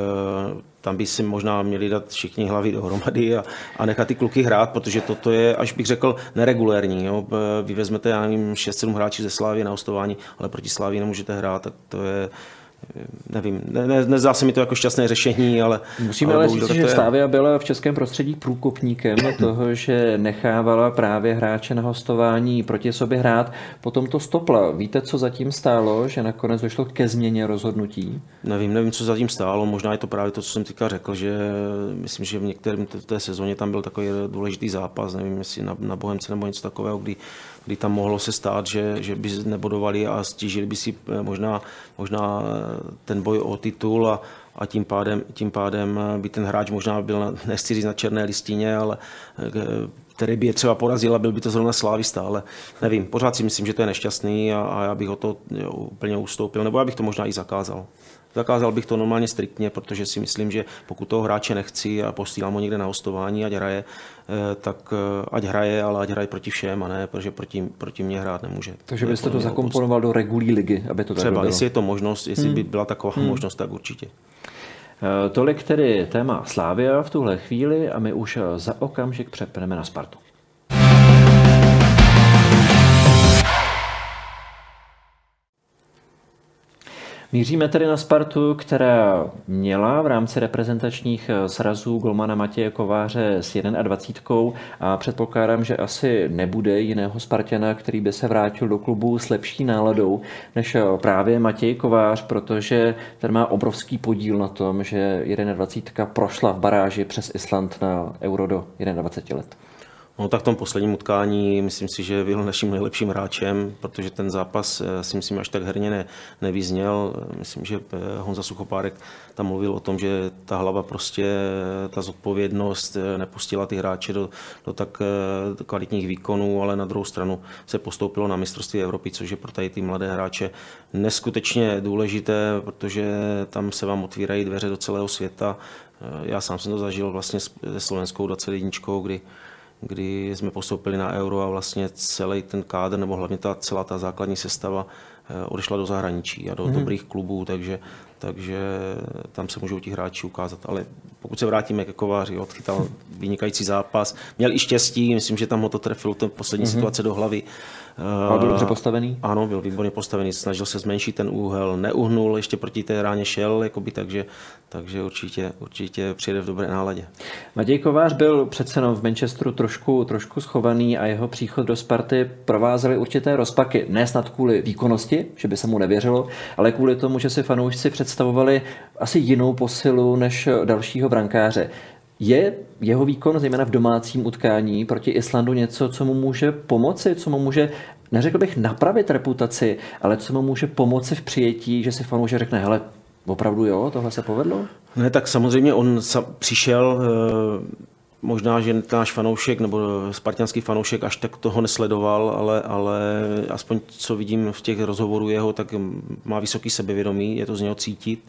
S2: Tam by si možná měli dát všichni hlavy dohromady a, a nechat ty kluky hrát, protože toto je, až bych řekl, neregulérní. Jo. Vy vezmete, já nevím, šest sedm hráčů ze Slávy na hostování, ale proti Slávii nemůžete hrát, tak to je, nevím, ne, ne, nezdá se mi to jako šťastné řešení, ale...
S1: Musíme ale říct, že Slavia byla v českém prostředí průkopníkem toho, že nechávala právě hráče na hostování proti sobě hrát. Potom to stopla. Víte, co zatím stálo, že nakonec došlo ke změně rozhodnutí?
S2: Nevím, nevím, co zatím stálo. Možná je to právě to, co jsem teďka řekl, že myslím, že v některém té sezóně tam byl takový důležitý zápas, nevím, jestli na, na Bohemce nebo něco takového, kdy, kdy tam mohlo se stát, že, že by nebodovali a stížili by si možná, možná ten boj o titul a, a tím pádem, tím pádem by ten hráč možná byl, na, nechci říct na černé listině, ale který by je třeba porazil a byl by to zrovna Slávista, ale nevím, pořád si myslím, že to je nešťastný a, a já bych ho to jo, úplně ustoupil, nebo já bych to možná i zakázal. Zakázal bych to normálně striktně, protože si myslím, že pokud toho hráče nechci a posílám ho někde na hostování, ať hraje, tak ať hraje, ale ať hraje proti všem a ne, protože proti, proti mě hrát nemůže.
S1: Takže byste to zakomponoval do regulí ligy, aby to tak
S2: třeba,
S1: bylo?
S2: jestli je to možnost, jestli hmm. by byla taková hmm. možnost, tak určitě.
S1: Tolik tedy téma Slavia v tuhle chvíli a my už za okamžik přepneme na Spartu. Míříme tedy na Spartu, která měla v rámci reprezentačních srazů golmana Matěje Kováře s dvacítkou a předpokládám, že asi nebude jiného Spartana, který by se vrátil do klubu s lepší náladou než právě Matěj Kovář, protože ten má obrovský podíl na tom, že dvacítka prošla v baráži přes Island na Euro do dvaceti jedna let.
S2: No tak v tom posledním utkání myslím si, že byl naším nejlepším hráčem, protože ten zápas si myslím až tak herně ne, nevyzněl. Myslím, že Honza Suchopárek tam mluvil o tom, že ta hlava prostě, ta zodpovědnost nepustila ty hráče do, do tak kvalitních výkonů, ale na druhou stranu se postoupilo na mistrovství Evropy, což je pro tady ty mladé hráče neskutečně důležité, protože tam se vám otvírají dveře do celého světa. Já sám jsem to zažil vlastně se slovenskou dvacet jedna, kdy kdy jsme postoupili na Euro a vlastně celý ten kádr, nebo hlavně ta celá ta základní sestava odešla do zahraničí a do mm. dobrých klubů, takže, takže tam se můžou ti hráči ukázat. Ale pokud se vrátíme ke Kováři, odchytal vynikající zápas, měl i štěstí, myslím, že tam ho to trefilo ten poslední mm. situace do hlavy.
S1: A byl dobře postavený?
S2: Ano, byl výborně postavený, snažil se zmenšit ten úhel, neuhnul, ještě proti té ráně šel, jakoby, takže, takže určitě, určitě přijede v dobré náladě.
S1: Matěj Kovář byl přece jenom v Manchesteru trošku, trošku schovaný a jeho příchod do Sparty provázely určité rozpaky. Ne snad kvůli výkonnosti, že by se mu nevěřilo, ale kvůli tomu, že si fanoušci představovali asi jinou posilu než dalšího brankáře. Je jeho výkon, zejména v domácím utkání proti Islandu, něco, co mu může pomoci, co mu může, neřekl bych napravit reputaci, ale co mu může pomoci v přijetí, že si fanoušek řekne, hele, opravdu jo, tohle se povedlo?
S2: Ne, tak samozřejmě on přišel, možná, že náš fanoušek nebo spartanský fanoušek až tak toho nesledoval, ale, ale aspoň co vidím v těch rozhovorů jeho, tak má vysoký sebevědomí, je to z něho cítit.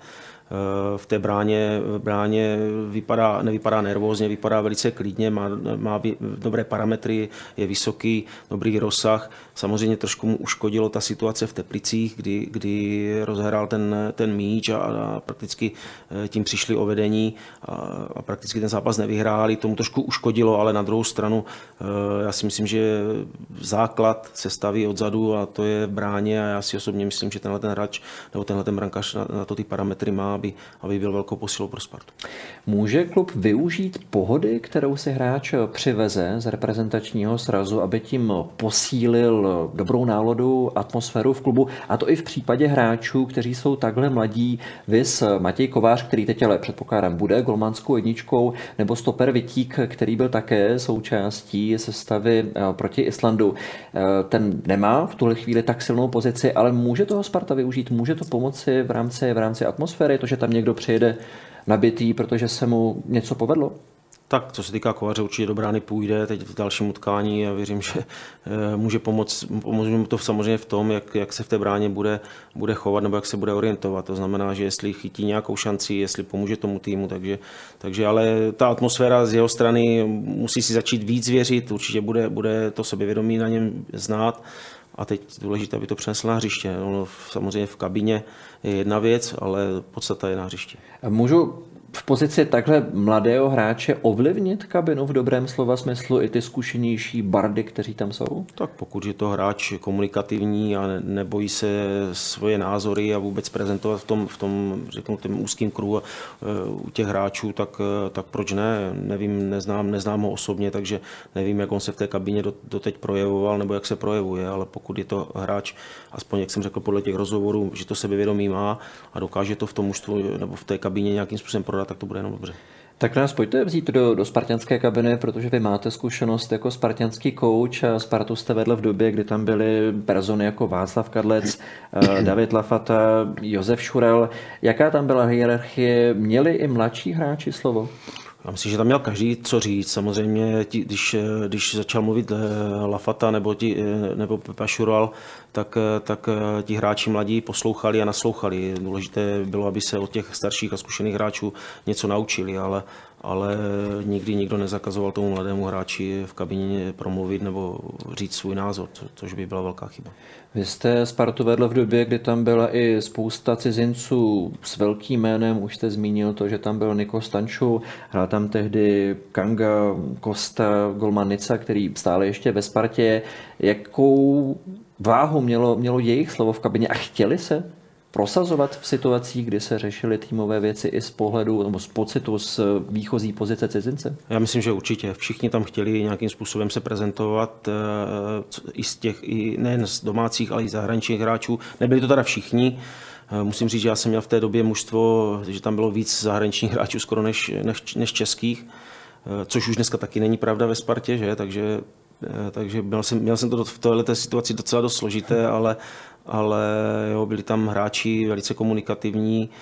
S2: V té bráně, v bráně vypadá, nevypadá nervózně, vypadá velice klidně, má, má dobré parametry, je vysoký, dobrý rozsah. Samozřejmě trošku mu uškodilo ta situace v Teplicích, kdy, kdy rozhrál ten, ten míč a, a prakticky tím přišli o vedení a, a prakticky ten zápas nevyhráli. Tomu trošku uškodilo, ale na druhou stranu já si myslím, že základ se staví odzadu a to je v bráně a já si osobně myslím, že tenhle ten hráč nebo tenhle ten brankář na, na to ty parametry má, Aby, aby byl velkou posilou pro Spartu.
S1: Může klub využít pohody, kterou si hráč přiveze z reprezentačního srazu, aby tím posílil dobrou náladu, atmosféru v klubu, a to i v případě hráčů, kteří jsou takhle mladí, viz Matěj Kovář, který teď ale předpokládám bude golmanskou jedničkou, nebo stoper Vitík, který byl také součástí sestavy proti Islandu. Ten nemá v tuhle chvíli tak silnou pozici, ale může toho Sparta využít, může to pomoci v rámci, v rámci atmosféry, to, že tam někdo přijede nabitý, protože se mu něco povedlo?
S2: Tak, co se týká Kováře, určitě do brány půjde teď v dalším utkání a věřím, že může pomoct, pomůže mu to samozřejmě v tom, jak, jak se v té bráně bude, bude chovat nebo jak se bude orientovat. To znamená, že jestli chytí nějakou šanci, jestli pomůže tomu týmu, takže, takže ale ta atmosféra z jeho strany musí si začít víc věřit, určitě bude, bude to sebevědomí na něm znát. A teď důležité, aby to přenesl na hřiště. Ono samozřejmě v kabině je jedna věc, ale podstata je na hřišti.
S1: Můžu v pozici takhle mladého hráče ovlivnit kabinu v dobrém slova smyslu i ty zkušenější bardy, kteří tam jsou?
S2: Tak pokud je to hráč komunikativní a nebojí se svoje názory a vůbec prezentovat v tom, v tom řeknu, tím úzkým kruhu u těch hráčů, tak, tak proč ne? Nevím, neznám, neznám ho osobně, takže nevím, jak on se v té kabině doteď projevoval nebo jak se projevuje, ale pokud je to hráč, aspoň jak jsem řekl podle těch rozhovorů, že to sebevědomí má a dokáže to v tom mužstvu nebo v té kabině nějakým způsobem prodat, prodat, tak to bude jenom dobře.
S1: Tak nás pojďte vzít do, do spartanské kabiny, protože vy máte zkušenost jako spartanský kouč a Spartu jste vedl v době, kdy tam byly persony jako Václav Kadlec, David Lafata, Josef Šurel. Jaká tam byla hierarchie? Měli i mladší hráči slovo?
S2: Já myslím, že tam měl každý co říct. Samozřejmě, když, když začal mluvit Lafata nebo, ti, nebo Pepa Šural, tak, tak ti hráči mladí poslouchali a naslouchali. Důležité bylo, aby se od těch starších a zkušených hráčů něco naučili, ale, ale nikdy nikdo nezakazoval tomu mladému hráči v kabině promluvit nebo říct svůj názor, což by byla velká chyba.
S1: Vy jste Spartu vedl v době, kdy tam byla i spousta cizinců s velkým jménem. Už jste zmínil to, že tam byl Niko Stanču, hrál tam tehdy Kanga, Kosta, golman Nica, který stále ještě ve Spartě. Jakou váhu mělo, mělo jejich slovo v kabině a chtěli se prosazovat v situacích, kdy se řešily týmové věci i z pohledu nebo z pocitu z výchozí pozice cizince?
S2: Já myslím, že určitě. Všichni tam chtěli nějakým způsobem se prezentovat i z těch, i nejen z domácích, ale i zahraničních hráčů. Nebyli to teda všichni. Musím říct, že já jsem měl v té době mužstvo, že tam bylo víc zahraničních hráčů skoro než, než, než českých, což už dneska taky není pravda ve Spartě, že? Takže, takže měl, jsem, měl jsem to v této situaci docela dost složité, ale ale jo, byli tam hráči velice komunikativní,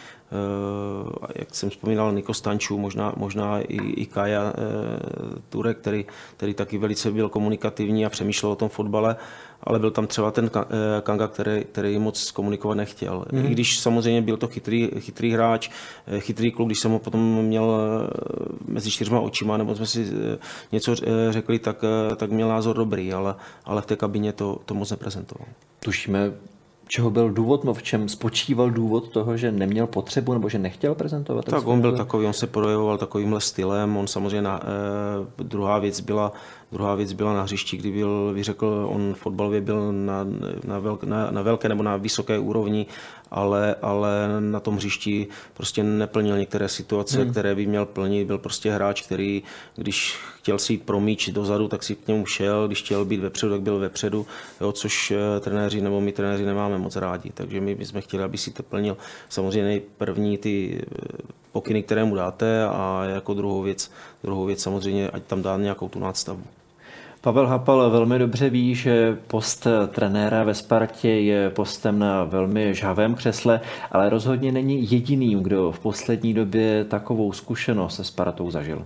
S2: jak jsem vzpomínal, Niko Stanču, možná, možná i, i Kaja Turek, který, který taky velice byl komunikativní a přemýšlel o tom fotbale, ale byl tam třeba ten Kanga, který, který moc komunikovat nechtěl. Mm. I když samozřejmě byl to chytrý, chytrý hráč, chytrý kluk, když jsem ho potom měl mezi čtyřma očima, nebo jsme si něco řekli, tak, tak měl názor dobrý, ale, ale v té kabině to, to moc neprezentoval.
S1: Tušíme, čeho byl důvod, no v čem spočíval důvod toho, že neměl potřebu nebo že nechtěl prezentovat?
S2: Tak on byl takový, on se projevoval takovýmhle stylem, on samozřejmě na, eh, druhá věc byla Druhá věc byla na hřišti, kdy byl, vyřekl, on fotbalově byl na, na, velk, na, na velké nebo na vysoké úrovni, ale, ale na tom hřišti prostě neplnil některé situace, hmm. které by měl plnit. Byl prostě hráč, který, když chtěl si jít pro míč dozadu, tak si k němu šel, když chtěl být vepředu, tak byl vepředu, jo, což trenéři nebo my trenéři nemáme moc rádi. Takže my bychom chtěli, aby si to plnil samozřejmě první ty pokyny, které mu dáte, a jako druhou věc, druhou věc samozřejmě, ať tam dá nějakou tu nástavbu.
S1: Pavel Hapal velmi dobře ví, že post trenéra ve Spartě je postem na velmi žhavém křesle, ale rozhodně není jediným, kdo v poslední době takovou zkušenost se Spartou zažil.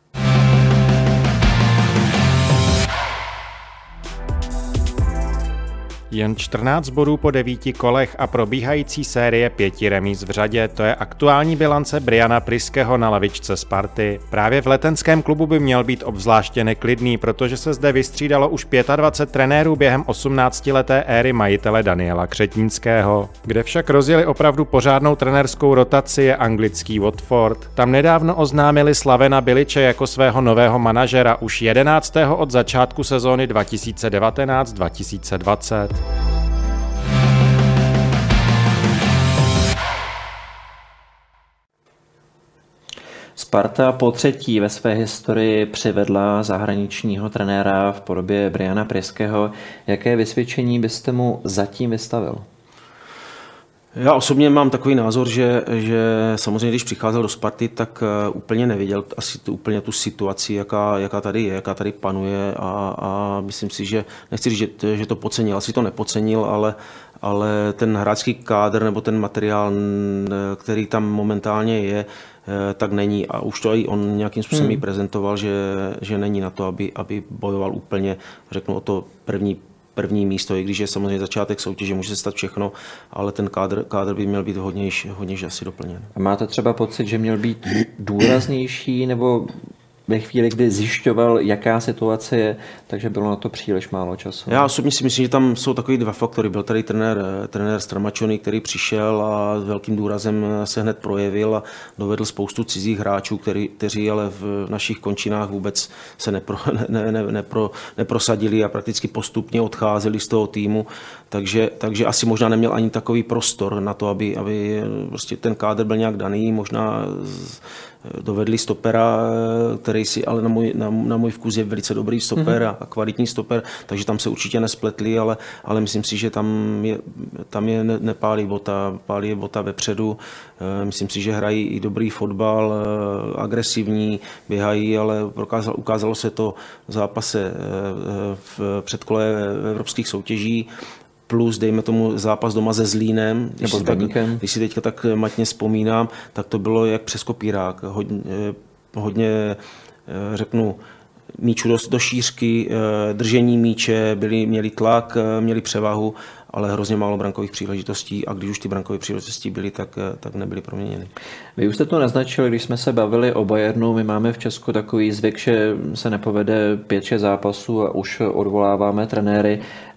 S3: Jen čtrnáct bodů po devíti kolech a probíhající série pěti remíz v řadě, to je aktuální bilance Briana Pryského na lavičce Sparty. Právě v letenském klubu by měl být obzvláště neklidný, protože se zde vystřídalo už dvacet pět trenérů během osmnáctileté éry majitele Daniela Křetínského. Kde však rozjeli opravdu pořádnou trenérskou rotaci je anglický Watford. Tam nedávno oznámili Slavena Biliče jako svého nového manažera už jedenáctého od začátku sezóny dva tisíce devatenáct dva tisíce dvacet.
S1: Sparta po třetí ve své historii přivedla zahraničního trenéra v podobě Briana Pryského. Jaké vysvědčení byste mu zatím vystavil?
S2: Já osobně mám takový názor, že, že samozřejmě, když přicházel do Sparty, tak úplně neviděl asi tu, úplně tu situaci, jaká, jaká tady je, jaká tady panuje, a, a myslím si, že nechci říct, že, že to podcenil, asi to nepocenil, ale, ale ten hráčský kádr nebo ten materiál, který tam momentálně je, tak není, a už to i on nějakým způsobem hmm. prezentoval, že, že není na to, aby, aby bojoval úplně, řeknu, o to první první místo, i když je samozřejmě začátek soutěže, může se stát všechno, ale ten kádr, kádr by měl být hodně, hodně asi doplněn.
S1: A máte třeba pocit, že měl být důraznější, nebo ve chvíli, kdy zjišťoval, jaká situace je, takže bylo na to příliš málo času?
S2: Já osobně si myslím, že tam jsou takový dva faktory. Byl tady trenér, trenér Stramačony, který přišel a s velkým důrazem se hned projevil a dovedl spoustu cizích hráčů, který, kteří ale v našich končinách vůbec se nepro, ne, ne, nepro, neprosadili a prakticky postupně odcházeli z toho týmu. takže, takže asi možná neměl ani takový prostor na to, aby, aby prostě ten kádr byl nějak daný, možná dovedli stopera, který si ale na můj, na, na můj vkus je velice dobrý stoper mm-hmm. a kvalitní stoper, takže tam se určitě nespletli, ale, ale myslím si, že tam je, tam je nepálí bota, pálí je bota vepředu. Myslím si, že hrají i dobrý fotbal, agresivní, běhají, ale prokázalo, ukázalo se to v zápase v předkole evropských soutěží, plus, dejme tomu, zápas doma se Zlínem, když si, tak, když si teďka tak matně vzpomínám, tak to bylo jak přes kopírák. Hodně, hodně řeknu, míčů do, do šířky, držení míče, byli, měli tlak, měli převahu, ale hrozně málo brankových příležitostí a když už ty brankové příležitosti byly, tak, tak nebyly proměněny.
S1: Vy už jste to naznačili, když jsme se bavili o Bayernu, my máme v Česku takový zvyk, že se nepovede pět šest zápasů a už odvoláváme trenéry.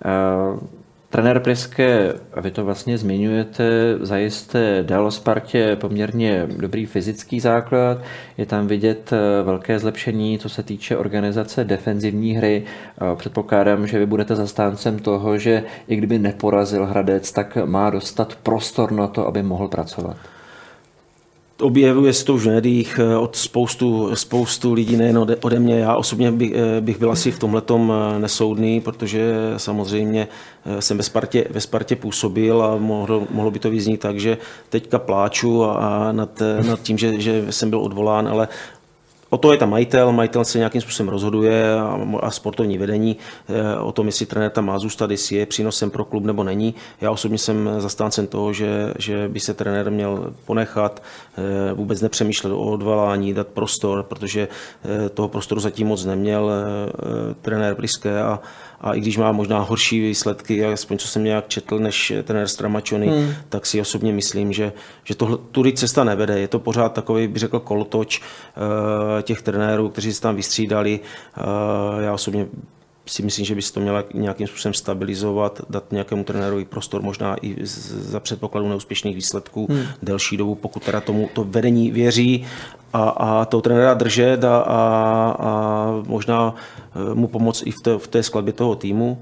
S1: Trenér Priske, a vy to vlastně zmiňujete, zajisté dal Spartě poměrně dobrý fyzický základ, je tam vidět velké zlepšení, co se týče organizace defenzivní hry. Předpokládám, že vy budete zastáncem toho, že i kdyby neporazil Hradec, tak má dostat prostor na to, aby mohl pracovat.
S2: Objevuje se to už v médiích od spoustu, spoustu lidí, nejen ode, ode mě. Já osobně bych, bych byl asi v tomhletom nesoudný, protože samozřejmě jsem ve Spartě, ve Spartě působil a mohlo, mohlo by to vyznít tak, že teďka pláču a nad, nad tím, že, že jsem byl odvolán, ale o to je tam majitel, majitel se nějakým způsobem rozhoduje a, a sportovní vedení o tom, jestli trenér tam má zůstat, jestli je přínosem pro klub nebo není. Já osobně jsem zastáncem toho, že, že by se trenér měl ponechat, vůbec nepřemýšlet o odvolání, dát prostor, protože toho prostoru zatím moc neměl trenér Priske a A i když má možná horší výsledky, aspoň co jsem nějak četl, než trenér Stramačony, hmm. tak si osobně myslím, že, že tohle, tudy cesta nevede. Je to pořád takový, bych řekl, kolotoč uh, těch trenérů, kteří se tam vystřídali. Uh, já osobně si myslím, že by se to mělo nějakým způsobem stabilizovat, dát nějakému trenérovi prostor, možná i za předpokladu neúspěšných výsledků hmm. delší dobu, pokud teda tomu to vedení věří a, a toho trenéra držet a, a, a možná mu pomoct i v té, v té skladbě toho týmu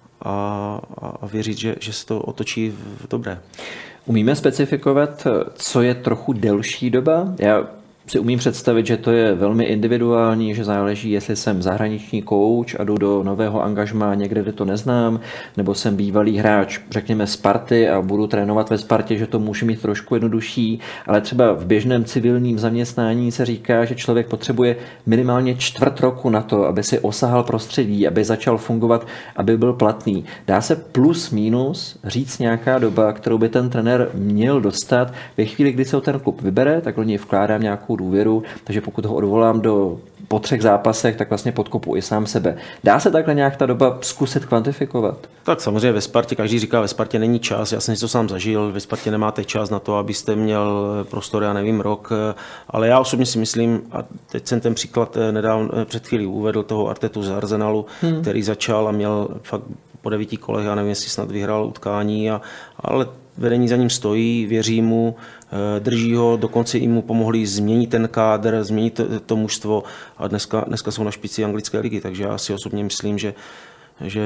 S2: a, a věřit, že, že se to otočí v dobré.
S1: Umíme specifikovat, co je trochu delší doba? Já si umím představit, že to je velmi individuální, že záleží, jestli jsem zahraniční kouč a jdu do nového angažmá někde, kde to neznám, nebo jsem bývalý hráč, řekněme Sparty a budu trénovat ve Spartě, že to může mít trošku jednodušší, ale třeba v běžném civilním zaměstnání se říká, že člověk potřebuje minimálně čtvrt roku na to, aby si osahal prostředí, aby začal fungovat, aby byl platný. Dá se plus minus říct nějaká doba, kterou by ten trenér měl dostat ve chvíli, kdy se ho ten klub vybere, tak do něj vkládám nějakou důvěru, takže pokud ho odvolám do po třech zápasech, tak vlastně podkopu i sám sebe. Dá se takhle nějak ta doba zkusit kvantifikovat?
S2: Tak samozřejmě ve Spartě, každý říká, ve Spartě není čas, já jsem si to sám zažil, ve Spartě nemáte čas na to, abyste měl prostor, já nevím, rok, ale já osobně si myslím, a teď jsem ten příklad nedávno před chvílí uvedl toho Artetu z Arsenalu, hmm. který začal a měl fakt po devíti kolech, já nevím, jestli snad vyhrál utkání, a, ale vedení za ním stojí, věří mu, drží ho, dokonce i mu pomohli změnit ten kádr, změnit to, to mužstvo a dneska, dneska jsou na špici anglické ligy, takže já si osobně myslím, že, že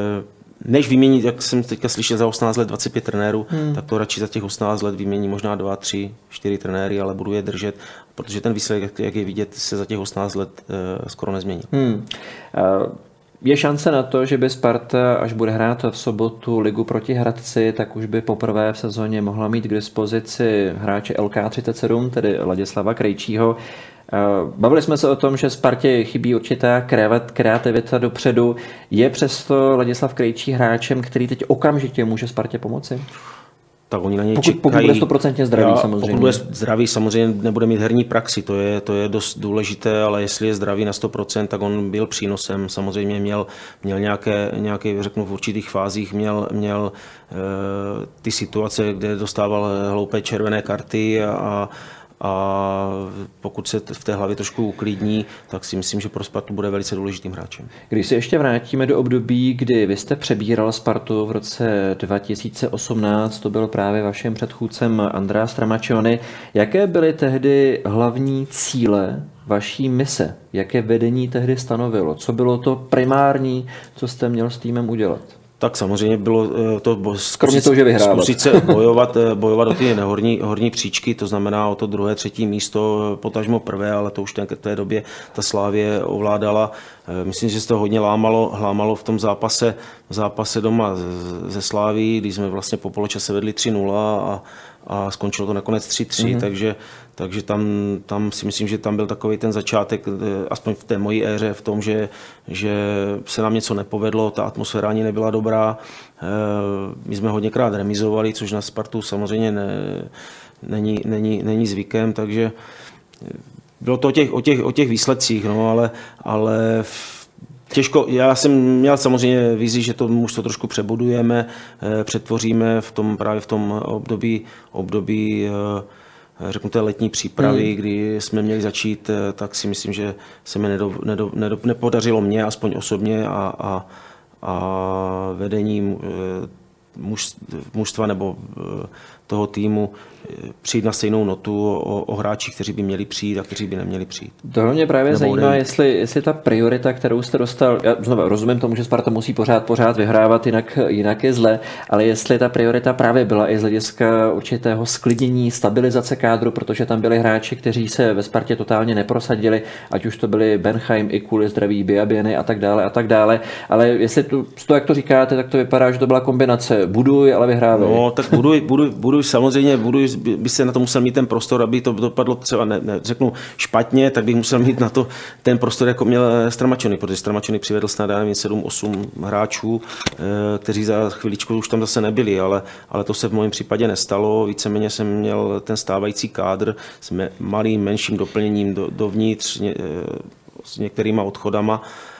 S2: než vyměnit, jak jsem teďka slyšel, za osmnáct let dvacet pět trenérů, hmm. tak to radši za těch osmnáct let vymění možná dva, tři, čtyři trenéry, ale budu je držet, protože ten výsledek, jak je vidět, se za těch osmnáct let uh, skoro nezmění. Hmm.
S1: Uh... Je šance na to, že by Sparta, až bude hrát v sobotu ligu proti Hradci, tak už by poprvé v sezóně mohla mít k dispozici hráče L K třicet sedm, tedy Ladislava Krejčího. Bavili jsme se o tom, že Spartě chybí určitá kreativita dopředu. Je přesto Ladislav Krejčí hráčem, který teď okamžitě může Spartě pomoci?
S2: Tak oni na něj
S1: pokud,
S2: čekají.
S1: Pokud bude sto procent zdravý,
S2: já,
S1: samozřejmě.
S2: Pokud bude zdravý, samozřejmě nebude mít herní praxi, to je, to je dost důležité, ale jestli je zdravý na sto procent, tak on byl přínosem. Samozřejmě měl, měl nějaké, nějaké, řeknu, v určitých fázích měl, měl uh, ty situace, kde dostával hloupé červené karty a, a pokud se v té hlavě trošku uklidní, tak si myslím, že pro Spartu bude velice důležitým hráčem.
S1: Když se ještě vrátíme do období, kdy vy jste přebíral Spartu v roce dva tisíce osmnáct, to byl právě vaším předchůdcem Andrea Stramačony. Jaké byly tehdy hlavní cíle vaší mise? Jaké vedení tehdy stanovilo? Co bylo to primární, co jste měl s týmem udělat?
S2: Tak samozřejmě bylo to
S1: kromě toho, že vyhrávat.
S2: Zkusit se bojovat, bojovat o ty horní, horní příčky, to znamená o to druhé, třetí místo, potažmo prvé, ale to už ten, v té době ta Slavie ovládala. Myslím, že se to hodně lámalo, lámalo v tom zápase, v zápase doma ze Slavií, když jsme vlastně po poločase vedli tři nula a, a skončilo to nakonec tři tři, mm-hmm. takže, takže tam, tam si myslím, že tam byl takový ten začátek, aspoň v té mojí éře, v tom, že, že se nám něco nepovedlo, ta atmosféra ani nebyla dobrá. My jsme hodněkrát remizovali, což na Spartu samozřejmě ne, není, není, není zvykem, takže bylo to o těch, o těch, o těch výsledcích, no, ale, ale těžko, já jsem měl samozřejmě vizi, že to mužstvo trošku přebudujeme, přetvoříme v tom, právě v tom období, období řeknu té letní přípravy, hmm. kdy jsme měli začít, tak si myslím, že se mi nedo, nedo, nedo, nepodařilo mě, aspoň osobně a, a, a vedení muž, mužstva nebo toho týmu přijít na stejnou notu o, o hráčích, kteří by měli přijít a kteří by neměli přijít.
S1: To mě právě nebo zajímá, jestli, jestli ta priorita, kterou jste dostal, já znovu rozumím tomu, že Sparta musí pořád, pořád vyhrávat, jinak, jinak je zle, ale jestli ta priorita právě byla i z hlediska určitého sklidnění, stabilizace kádru, protože tam byli hráči, kteří se ve Spartě totálně neprosadili, ať už to byli Benheim, i kvůli zdraví, Biabiany a tak dále a tak dále, ale jestli to, to, jak to říkáte, tak to vypadá, že to byla kombinace buduj, ale vyhrávej.
S2: No, tak buduj, buduj, buduj samozřejmě, buduj, by se na to musel mít ten prostor, aby to dopadlo třeba, ne, ne, řeknu špatně, tak bych musel mít na to ten prostor, jako měl Stramačony, protože Stramačony přivedl snad nevím, sedm osm hráčů, kteří za chviličku už tam zase nebyli, ale, ale to se v mém případě nestalo. Víceméně jsem měl ten stávající kádr s malým, menším doplněním do, dovnitř, ně, s některýma odchodama.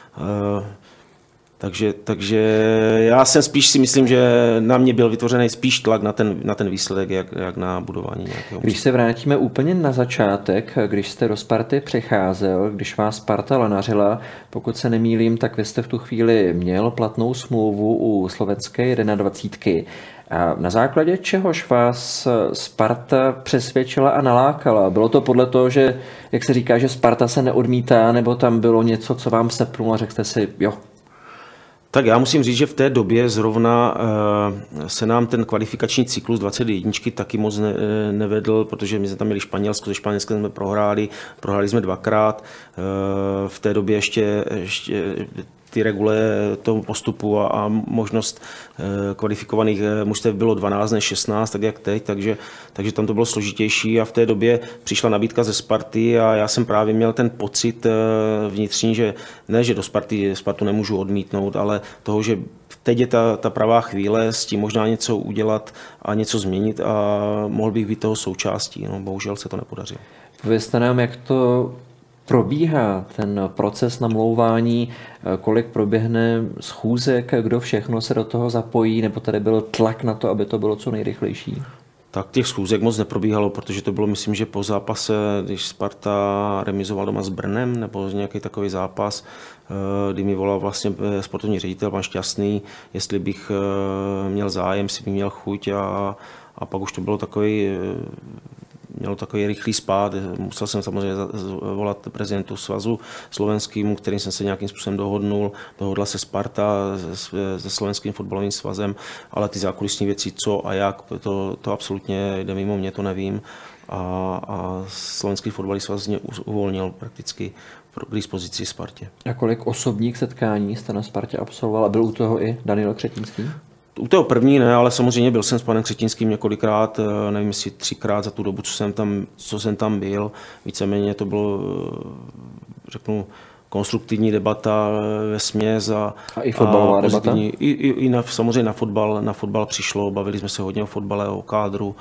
S2: Takže, takže já jsem spíš si myslím, že na mě byl vytvořený spíš tlak na ten, na ten výsledek, jak, jak na budování nějakého.
S1: Když se vrátíme úplně na začátek, když jste do Sparty přicházel, když vás Sparta lanařila, pokud se nemýlím, tak vy jste v tu chvíli měl platnou smlouvu u slovenské dvacítky. A na základě čehož vás Sparta přesvědčila a nalákala? Bylo to podle toho, že, jak se říká, že Sparta se neodmítá, nebo tam bylo něco, co vám sepnulo a řekl jste si, jo?
S2: Tak já musím říct, že v té době zrovna se nám ten kvalifikační cyklus dvacet jedna taky moc ne, nevedl, protože my jsme tam měli Španělsko, ze Španělska jsme prohráli, prohráli jsme dvakrát. V té době ještě, ještě ty regule toho postupu a, a možnost kvalifikovaných mužstev bylo dvanáct než šestnáct, tak jak teď, takže, takže tam to bylo složitější a v té době přišla nabídka ze Sparty a já jsem právě měl ten pocit vnitřní, že ne, že do Sparty Spartu nemůžu odmítnout, ale toho, že teď je ta, ta pravá chvíle s tím možná něco udělat a něco změnit a mohl bych být toho součástí. No, bohužel se to nepodařilo.
S1: Povězte nám, jak to probíhá ten proces namlouvání, kolik proběhne schůzek, kdo všechno se do toho zapojí, nebo tady byl tlak na to, aby to bylo co nejrychlejší?
S2: Tak těch schůzek moc neprobíhalo, protože to bylo, myslím, že po zápase, když Sparta remizoval doma s Brnem, nebo nějaký takový zápas, kdy mi volal vlastně sportovní ředitel, pan Šťastný, jestli bych měl zájem, si bych měl chuť a, a pak už to bylo takový mělo takový rychlý spád. Musel jsem samozřejmě volat prezidentu svazu slovenskému, kterým jsem se nějakým způsobem dohodnul. Dohodla se Sparta se slovenským fotbalovým svazem, ale ty zákulisní věci, co a jak, to, to absolutně jde mimo mě, to nevím. A, a slovenský fotbalový svaz mě uvolnil prakticky k dispozici Spartě.
S1: A kolik osobních setkání jste na Spartě absolvoval a byl u toho i Daniel Křetínský?
S2: U toho první ne, ale samozřejmě byl jsem s panem Křetínským několikrát, nevím jestli třikrát za tu dobu, co jsem tam, co jsem tam byl. Víceméně to bylo, řeknu, konstruktivní debata vesměs a,
S1: a i fotbalová debata?
S2: I, i, i na, samozřejmě na fotbal, na fotbal přišlo, bavili jsme se hodně o fotbale, o kádru.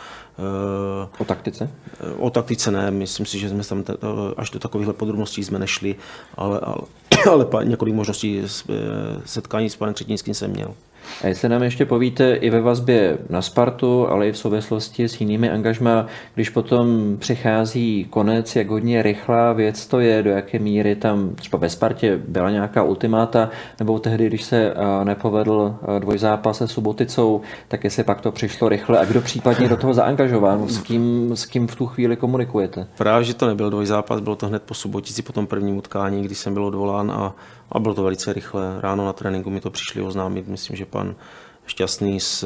S1: O taktice?
S2: O taktice ne, myslím si, že jsme tam až do takovýchhle podrobností jsme nešli, ale, ale, ale několik možností setkání s panem Křetínským jsem měl.
S1: A jestli nám ještě povíte i ve vazbě na Spartu, ale i v souvislosti s jinými angažmá, když potom přichází konec, jak hodně rychlá věc to je, do jaké míry tam třeba ve Spartě byla nějaká ultimáta, nebo tehdy, když se nepovedl dvojzápas se Suboticou, tak jestli pak to přišlo rychle a kdo případně do toho zaangažován, s kým, s kým v tu chvíli komunikujete?
S2: Právě, že to nebyl dvojzápas, bylo to hned po Subotici, po tom prvním utkání, kdy jsem byl odvolán a, A bylo to velice rychle. Ráno na tréninku mi to přišli oznámit. Myslím, že pan Šťastný s,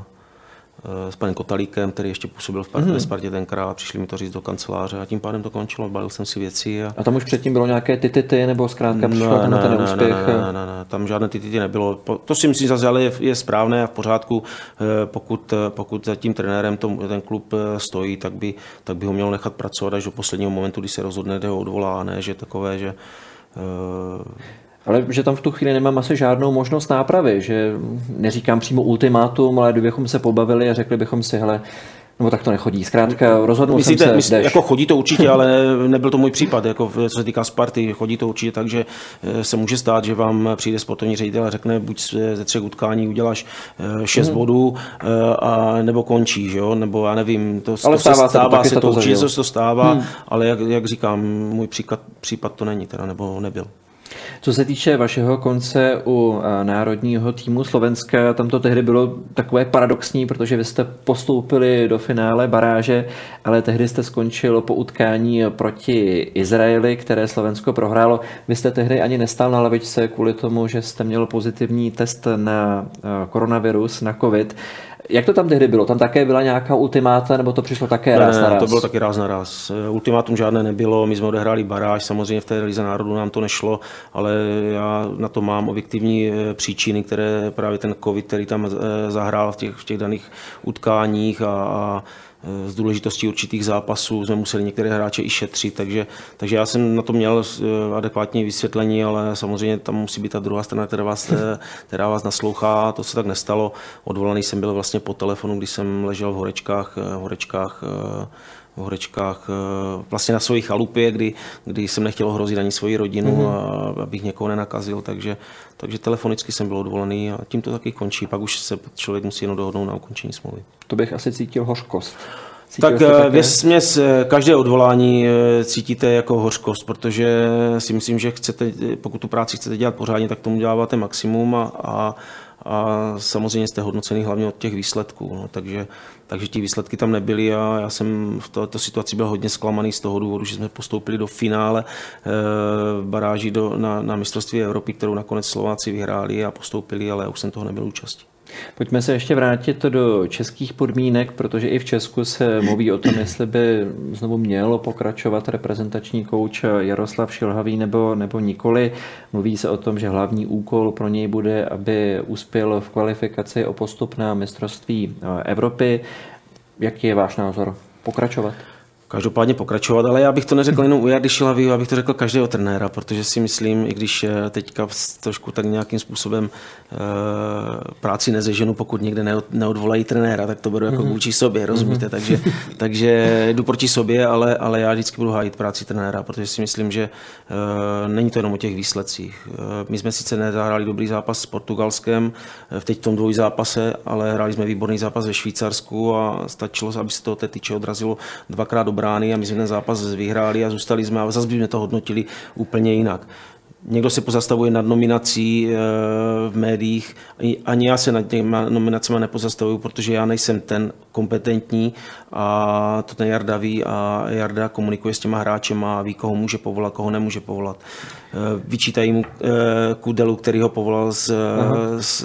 S2: s panem Kotalíkem, který ještě působil v Spartě, mm. Spartě tenkrát, přišli mi to říct do kanceláře a tím pádem to končilo. Balil jsem si věci. A,
S1: a tam už předtím bylo nějaké titity nebo zkrátka přišlo ne, ten neúspěch?
S2: Ne, ne, ne, ne, tam žádné titity nebylo. To si myslím zase, ale je, je správné a v pořádku. Pokud, pokud za tím trenérem to, ten klub stojí, tak by, tak by ho mělo nechat pracovat až do posledního momentu, kdy se rozhodne, že ho odvolá, ne, že takové, že uh,
S1: ale že tam v tu chvíli nemám asi žádnou možnost nápravy, že neříkám přímo ultimátum, ale kdybychom se pobavili a řekli bychom si, hele, nebo tak to nechodí. Zkrátka rozhodnul
S2: Myslíte,
S1: jsem se,
S2: myslí, jako chodí to určitě, ale nebyl to můj případ, jako co se týká Sparty, chodí to určitě tak, že se může stát, že vám přijde sportovní ředitel a řekne, buď ze třech utkání uděláš šest hmm. bodů, a nebo končíš, jo? Nebo já nevím, to,
S1: ale
S2: to stává se stává,
S1: se to,
S2: to určitě
S1: se
S2: to stává, hmm. ale jak, jak říkám, můj příklad, případ to není teda, nebo nebyl.
S1: Co se týče vašeho konce u národního týmu Slovenska, tam to tehdy bylo takové paradoxní, protože vy jste postoupili do finále baráže, ale tehdy jste skončil po utkání proti Izraeli, které Slovensko prohrálo. Vy jste tehdy ani nestál na lavičce kvůli tomu, že jste měl pozitivní test na koronavirus, na covid. Jak to tam tehdy bylo? Tam také byla nějaká ultimáta, nebo to přišlo také ráz na ráz?
S2: Ne, to bylo taky ráz na ráz. Ultimátum žádné nebylo, my jsme odehráli baráž, samozřejmě v té lize národů nám to nešlo, ale já na to mám objektivní příčiny, které právě ten covid, který tam zahrál v těch, v těch daných utkáních a, a z důležitostí určitých zápasů jsme museli některé hráče i šetřit, takže, takže já jsem na to měl adekvátní vysvětlení, ale samozřejmě tam musí být ta druhá strana, která vás, která vás naslouchá, to se tak nestalo. Odvolaný jsem byl vlastně po telefonu, když jsem ležel v Horečkách, v Horečkách v Horečkách vlastně na své chalupě, kdy, kdy jsem nechtěl ohrozit ani svoji rodinu, mm-hmm. a abych někoho nenakazil, takže, takže telefonicky jsem byl odvolaný a tím to taky končí. Pak už se člověk musí jenom dohodnout na ukončení smlouvy.
S1: To bych asi cítil hořkost. Cítil
S2: tak vesměs každé odvolání cítíte jako hořkost, protože si myslím, že chcete, pokud tu práci chcete dělat pořádně, tak tomu děláváte maximum a, a a samozřejmě jste hodnocený hlavně od těch výsledků. No, takže, takže ty výsledky tam nebyly a já jsem v této situaci byl hodně zklamaný z toho důvodu, že jsme postoupili do finále e, baráží do, na, na mistrovství Evropy, kterou nakonec Slováci vyhráli a postoupili, ale já už jsem toho nebyl účastí.
S1: Pojďme se ještě vrátit do českých podmínek, protože i v Česku se mluví o tom, jestli by znovu mělo pokračovat reprezentační kouč Jaroslav Šilhavý nebo, nebo nikoli. Mluví se o tom, že hlavní úkol pro něj bude, aby uspěl v kvalifikaci o postup na mistrovství Evropy. Jaký je váš názor? Pokračovat?
S2: Každopádně pokračovat, ale já bych to neřekl jenom u Jardy Šilhavýho, já bych to řekl každého trenéra, protože si myslím, i když teďka trošku tak nějakým způsobem e, práci nezeženu, pokud někde neodvolají trenéra, tak to beru jako vůči sobě, rozumíte? Takže, takže jdu proti sobě, ale, ale já vždycky budu hájit práci trenéra, protože si myslím, že e, není to jenom o těch výsledcích. E, my jsme sice nezahráli dobrý zápas s Portugalskem, v teď v tom dvoj zápase, ale hráli jsme výborný zápas ve Švýcarsku a stačilo, aby se to té tyče odrazilo dvakrát do brány a my jsme ten zápas vyhráli a zůstali jsme a zase bychom to hodnotili úplně jinak. Někdo se pozastavuje nad nominací v médiích, ani já se nad těmi nominacemi nepozastavuju, protože já nejsem ten kompetentní a to ten Jarda ví a Jarda komunikuje s těma hráčema a ví, koho může povolat, koho nemůže povolat. Vyčítají mu Kudelu, který ho povolal z, z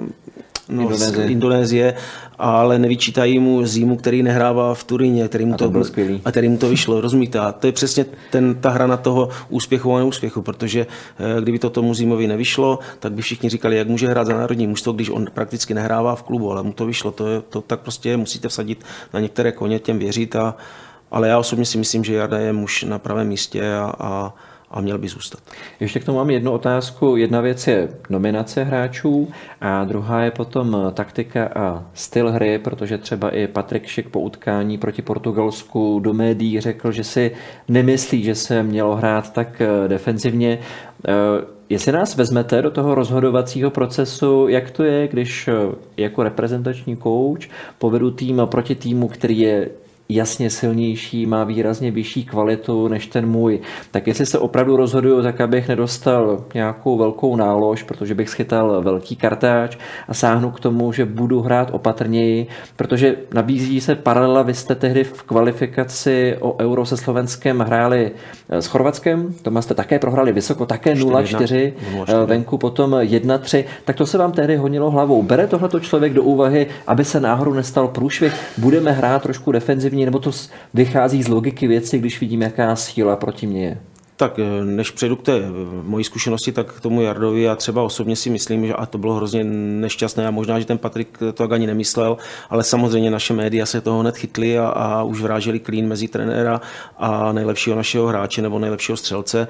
S2: No, Indonésie. z Indonésie, ale nevyčítají mu Zimu, který nehrává v Turíně, který mu
S1: a to,
S2: to,
S1: a
S2: který mu to vyšlo, rozumíte? A to je přesně ten, ta hra na toho úspěchu a neúspěchu, protože kdyby to tomu Zimovi nevyšlo, tak by všichni říkali, jak může hrát za národní mužstvo, když on prakticky nehrává v klubu, ale mu to vyšlo. To, je, to tak prostě musíte vsadit na některé koně, těm věřit, a, ale já osobně si myslím, že Jarda je muž na pravém místě a, a a měl by zůstat.
S1: Ještě k tomu mám jednu otázku. Jedna věc je nominace hráčů a druhá je potom taktika a styl hry, protože třeba i Patrik Schick po utkání proti Portugalsku do médií řekl, že si nemyslí, že se mělo hrát tak defenzivně. Jestli nás vezmete do toho rozhodovacího procesu, jak to je, když jako reprezentační kouč povedu tým proti týmu, který je jasně silnější, má výrazně vyšší kvalitu než ten můj. Tak jestli se opravdu rozhoduju, tak abych nedostal nějakou velkou nálož, protože bych schytal velký kartáč a sáhnu k tomu, že budu hrát opatrněji, protože nabízí se paralela. Vy jste tehdy v kvalifikaci o Euro se Slovenskem hráli s Chorvatskem, doma jste také prohráli vysoko, také nula čtyři, venku potom jedna tři, tak to se vám tehdy honilo hlavou. Bere tohleto člověk do úvahy, aby se náhodou nestal průšvih, budeme hrát trošku defenzivně, nebo to vychází z logiky věci, když vidím, jaká síla proti mně je?
S2: Tak než přejdu k té mojí zkušenosti, tak k tomu Jardovi, já třeba osobně si myslím, že a to bylo hrozně nešťastné a možná, že ten Patrik to tak ani nemyslel, ale samozřejmě naše média se toho hned chytly a, a už vráželi klín mezi trenéra a nejlepšího našeho hráče nebo nejlepšího střelce,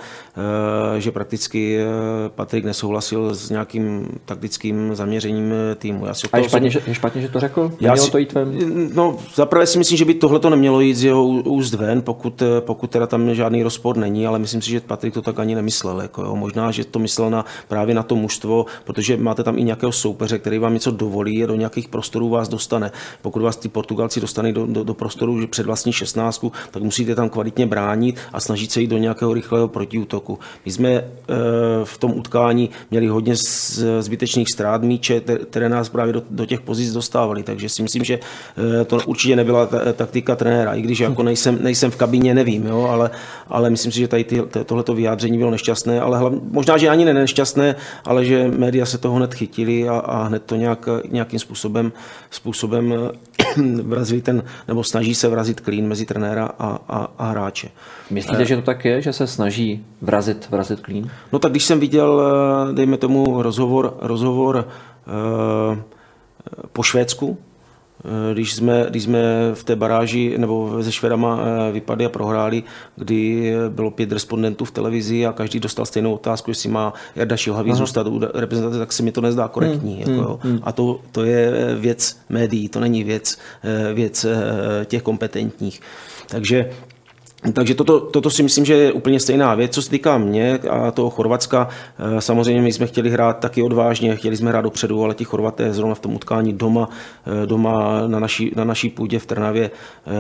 S2: že prakticky Patrik nesouhlasil s nějakým taktickým zaměřením týmu. Já si
S1: a je špatně, že, je špatně, že to řekl?
S2: Já
S1: Nemělo
S2: si,
S1: to jít ven?
S2: No, zaprvé si myslím, že by tohle to nemělo jít z jeho úst ven, pokud, pokud teda tam žádný rozpor není, ale myslím si, že Patrik to tak ani nemyslel. Jako jo. Možná, že to myslel na, právě na to mužstvo, protože máte tam i nějakého soupeře, který vám něco dovolí a do nějakých prostorů vás dostane. Pokud vás ty Portugalci dostanou do, do, do prostoru před vlastní šestnáctku, tak musíte tam kvalitně bránit a snažit se jít do nějakého rychlého protiútoku. My jsme e, v tom utkání měli hodně z, zbytečných ztrát míče, které nás právě do, do těch pozic dostávaly, takže si myslím, že e, to určitě nebyla ta, taktika trenéra, i když jako nejsem, nejsem v kabině, nevím, jo, ale, ale myslím si, že tady ty, tohleto vyjádření bylo nešťastné, ale hlavně, možná, že ani ne nešťastné, ale že média se toho hned chytili a, a hned to nějak, nějakým způsobem, způsobem vrazili ten, nebo snaží se vrazit klín mezi trenéra a, a, a hráče.
S1: Myslíte, že to tak je, že se snaží vrazit, vrazit klín?
S2: No tak když jsem viděl, dejme tomu, rozhovor, rozhovor uh, po Švédsku, Když jsme, když jsme v té baráži nebo se Švédama vypadli a prohráli, kdy bylo pět respondentů v televizi a každý dostal stejnou otázku, jestli má Jarda Šilhavý zůstat u reprezentace, tak se mi to nezdá korektní. Hmm, jako, jo. Hmm. A to, to je věc médií, to není věc, věc těch kompetentních. Takže Takže toto, toto si myslím, že je úplně stejná věc. Co se týká mě a toho Chorvatska, samozřejmě my jsme chtěli hrát taky odvážně, chtěli jsme hrát dopředu, ale ti Chorvaté zrovna v tom utkání doma, doma na, naší, na naší půdě v Trnavě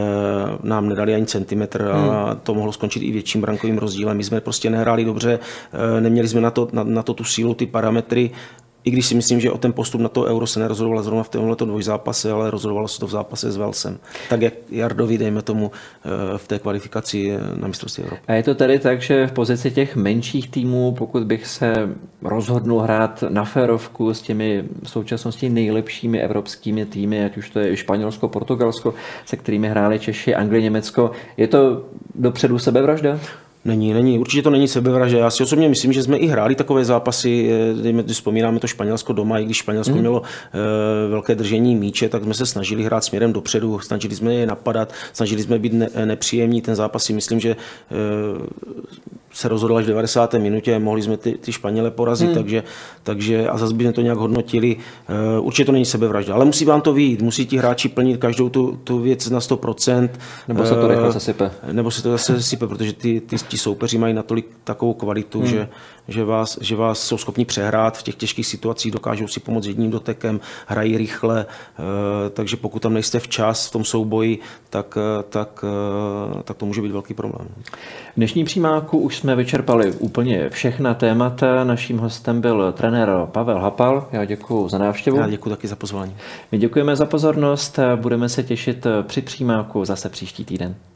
S2: nám nedali ani centimetr a to mohlo skončit i větším brankovým rozdílem. My jsme prostě nehráli dobře, neměli jsme na to, na, na to tu sílu, ty parametry. I když si myslím, že o ten postup na to Euro se nerozhodovalo zrovna v tomto dvojzápase, ale rozhodovalo se to v zápase s Walesem. Tak jak Jardovi, dejme tomu, v té kvalifikaci na mistrovství Evropy.
S1: A je to tedy tak, že v pozici těch menších týmů, pokud bych se rozhodnul hrát na férovku s těmi v současnosti nejlepšími evropskými týmy, ať už to je Španělsko, Portugalsko, se kterými hráli Češi, Anglie, Německo, je to dopředu sebevražda?
S2: Není, není, určitě to není sebevražda. Já si osobně myslím, že jsme i hráli takové zápasy, dejme, když vzpomínáme to Španělsko doma, i když Španělsko mm. mělo e, velké držení míče, tak jsme se snažili hrát směrem dopředu, snažili jsme je napadat, snažili jsme být ne, nepříjemní. Ten zápas si myslím, že e, se rozhodl až v devadesáté minutě, mohli jsme ty, ty Španěle porazit, mm. takže, takže a zase bychom to nějak hodnotili. E, určitě to není sebevražda, ale musí vám to vyjít, musí ti hráči plnit každou tu, tu věc na sto procent.
S1: Nebo se to rychle zasype.
S2: Nebo se to zase zasype, protože ty, ty ti soupeři mají natolik takovou kvalitu, hmm. že, že, vás, že vás jsou schopni přehrát v těch těžkých situacích, dokážou si pomoct jedním dotekem, hrají rychle, takže pokud tam nejste včas v tom souboji, tak, tak, tak to může být velký problém.
S1: V dnešním přímáku už jsme vyčerpali úplně všechna témata. Naším hostem byl trenér Pavel Hapal. Já děkuji za návštěvu.
S2: Já děkuji taky za pozvání.
S1: My děkujeme za pozornost a budeme se těšit při přímáku zase příští týden.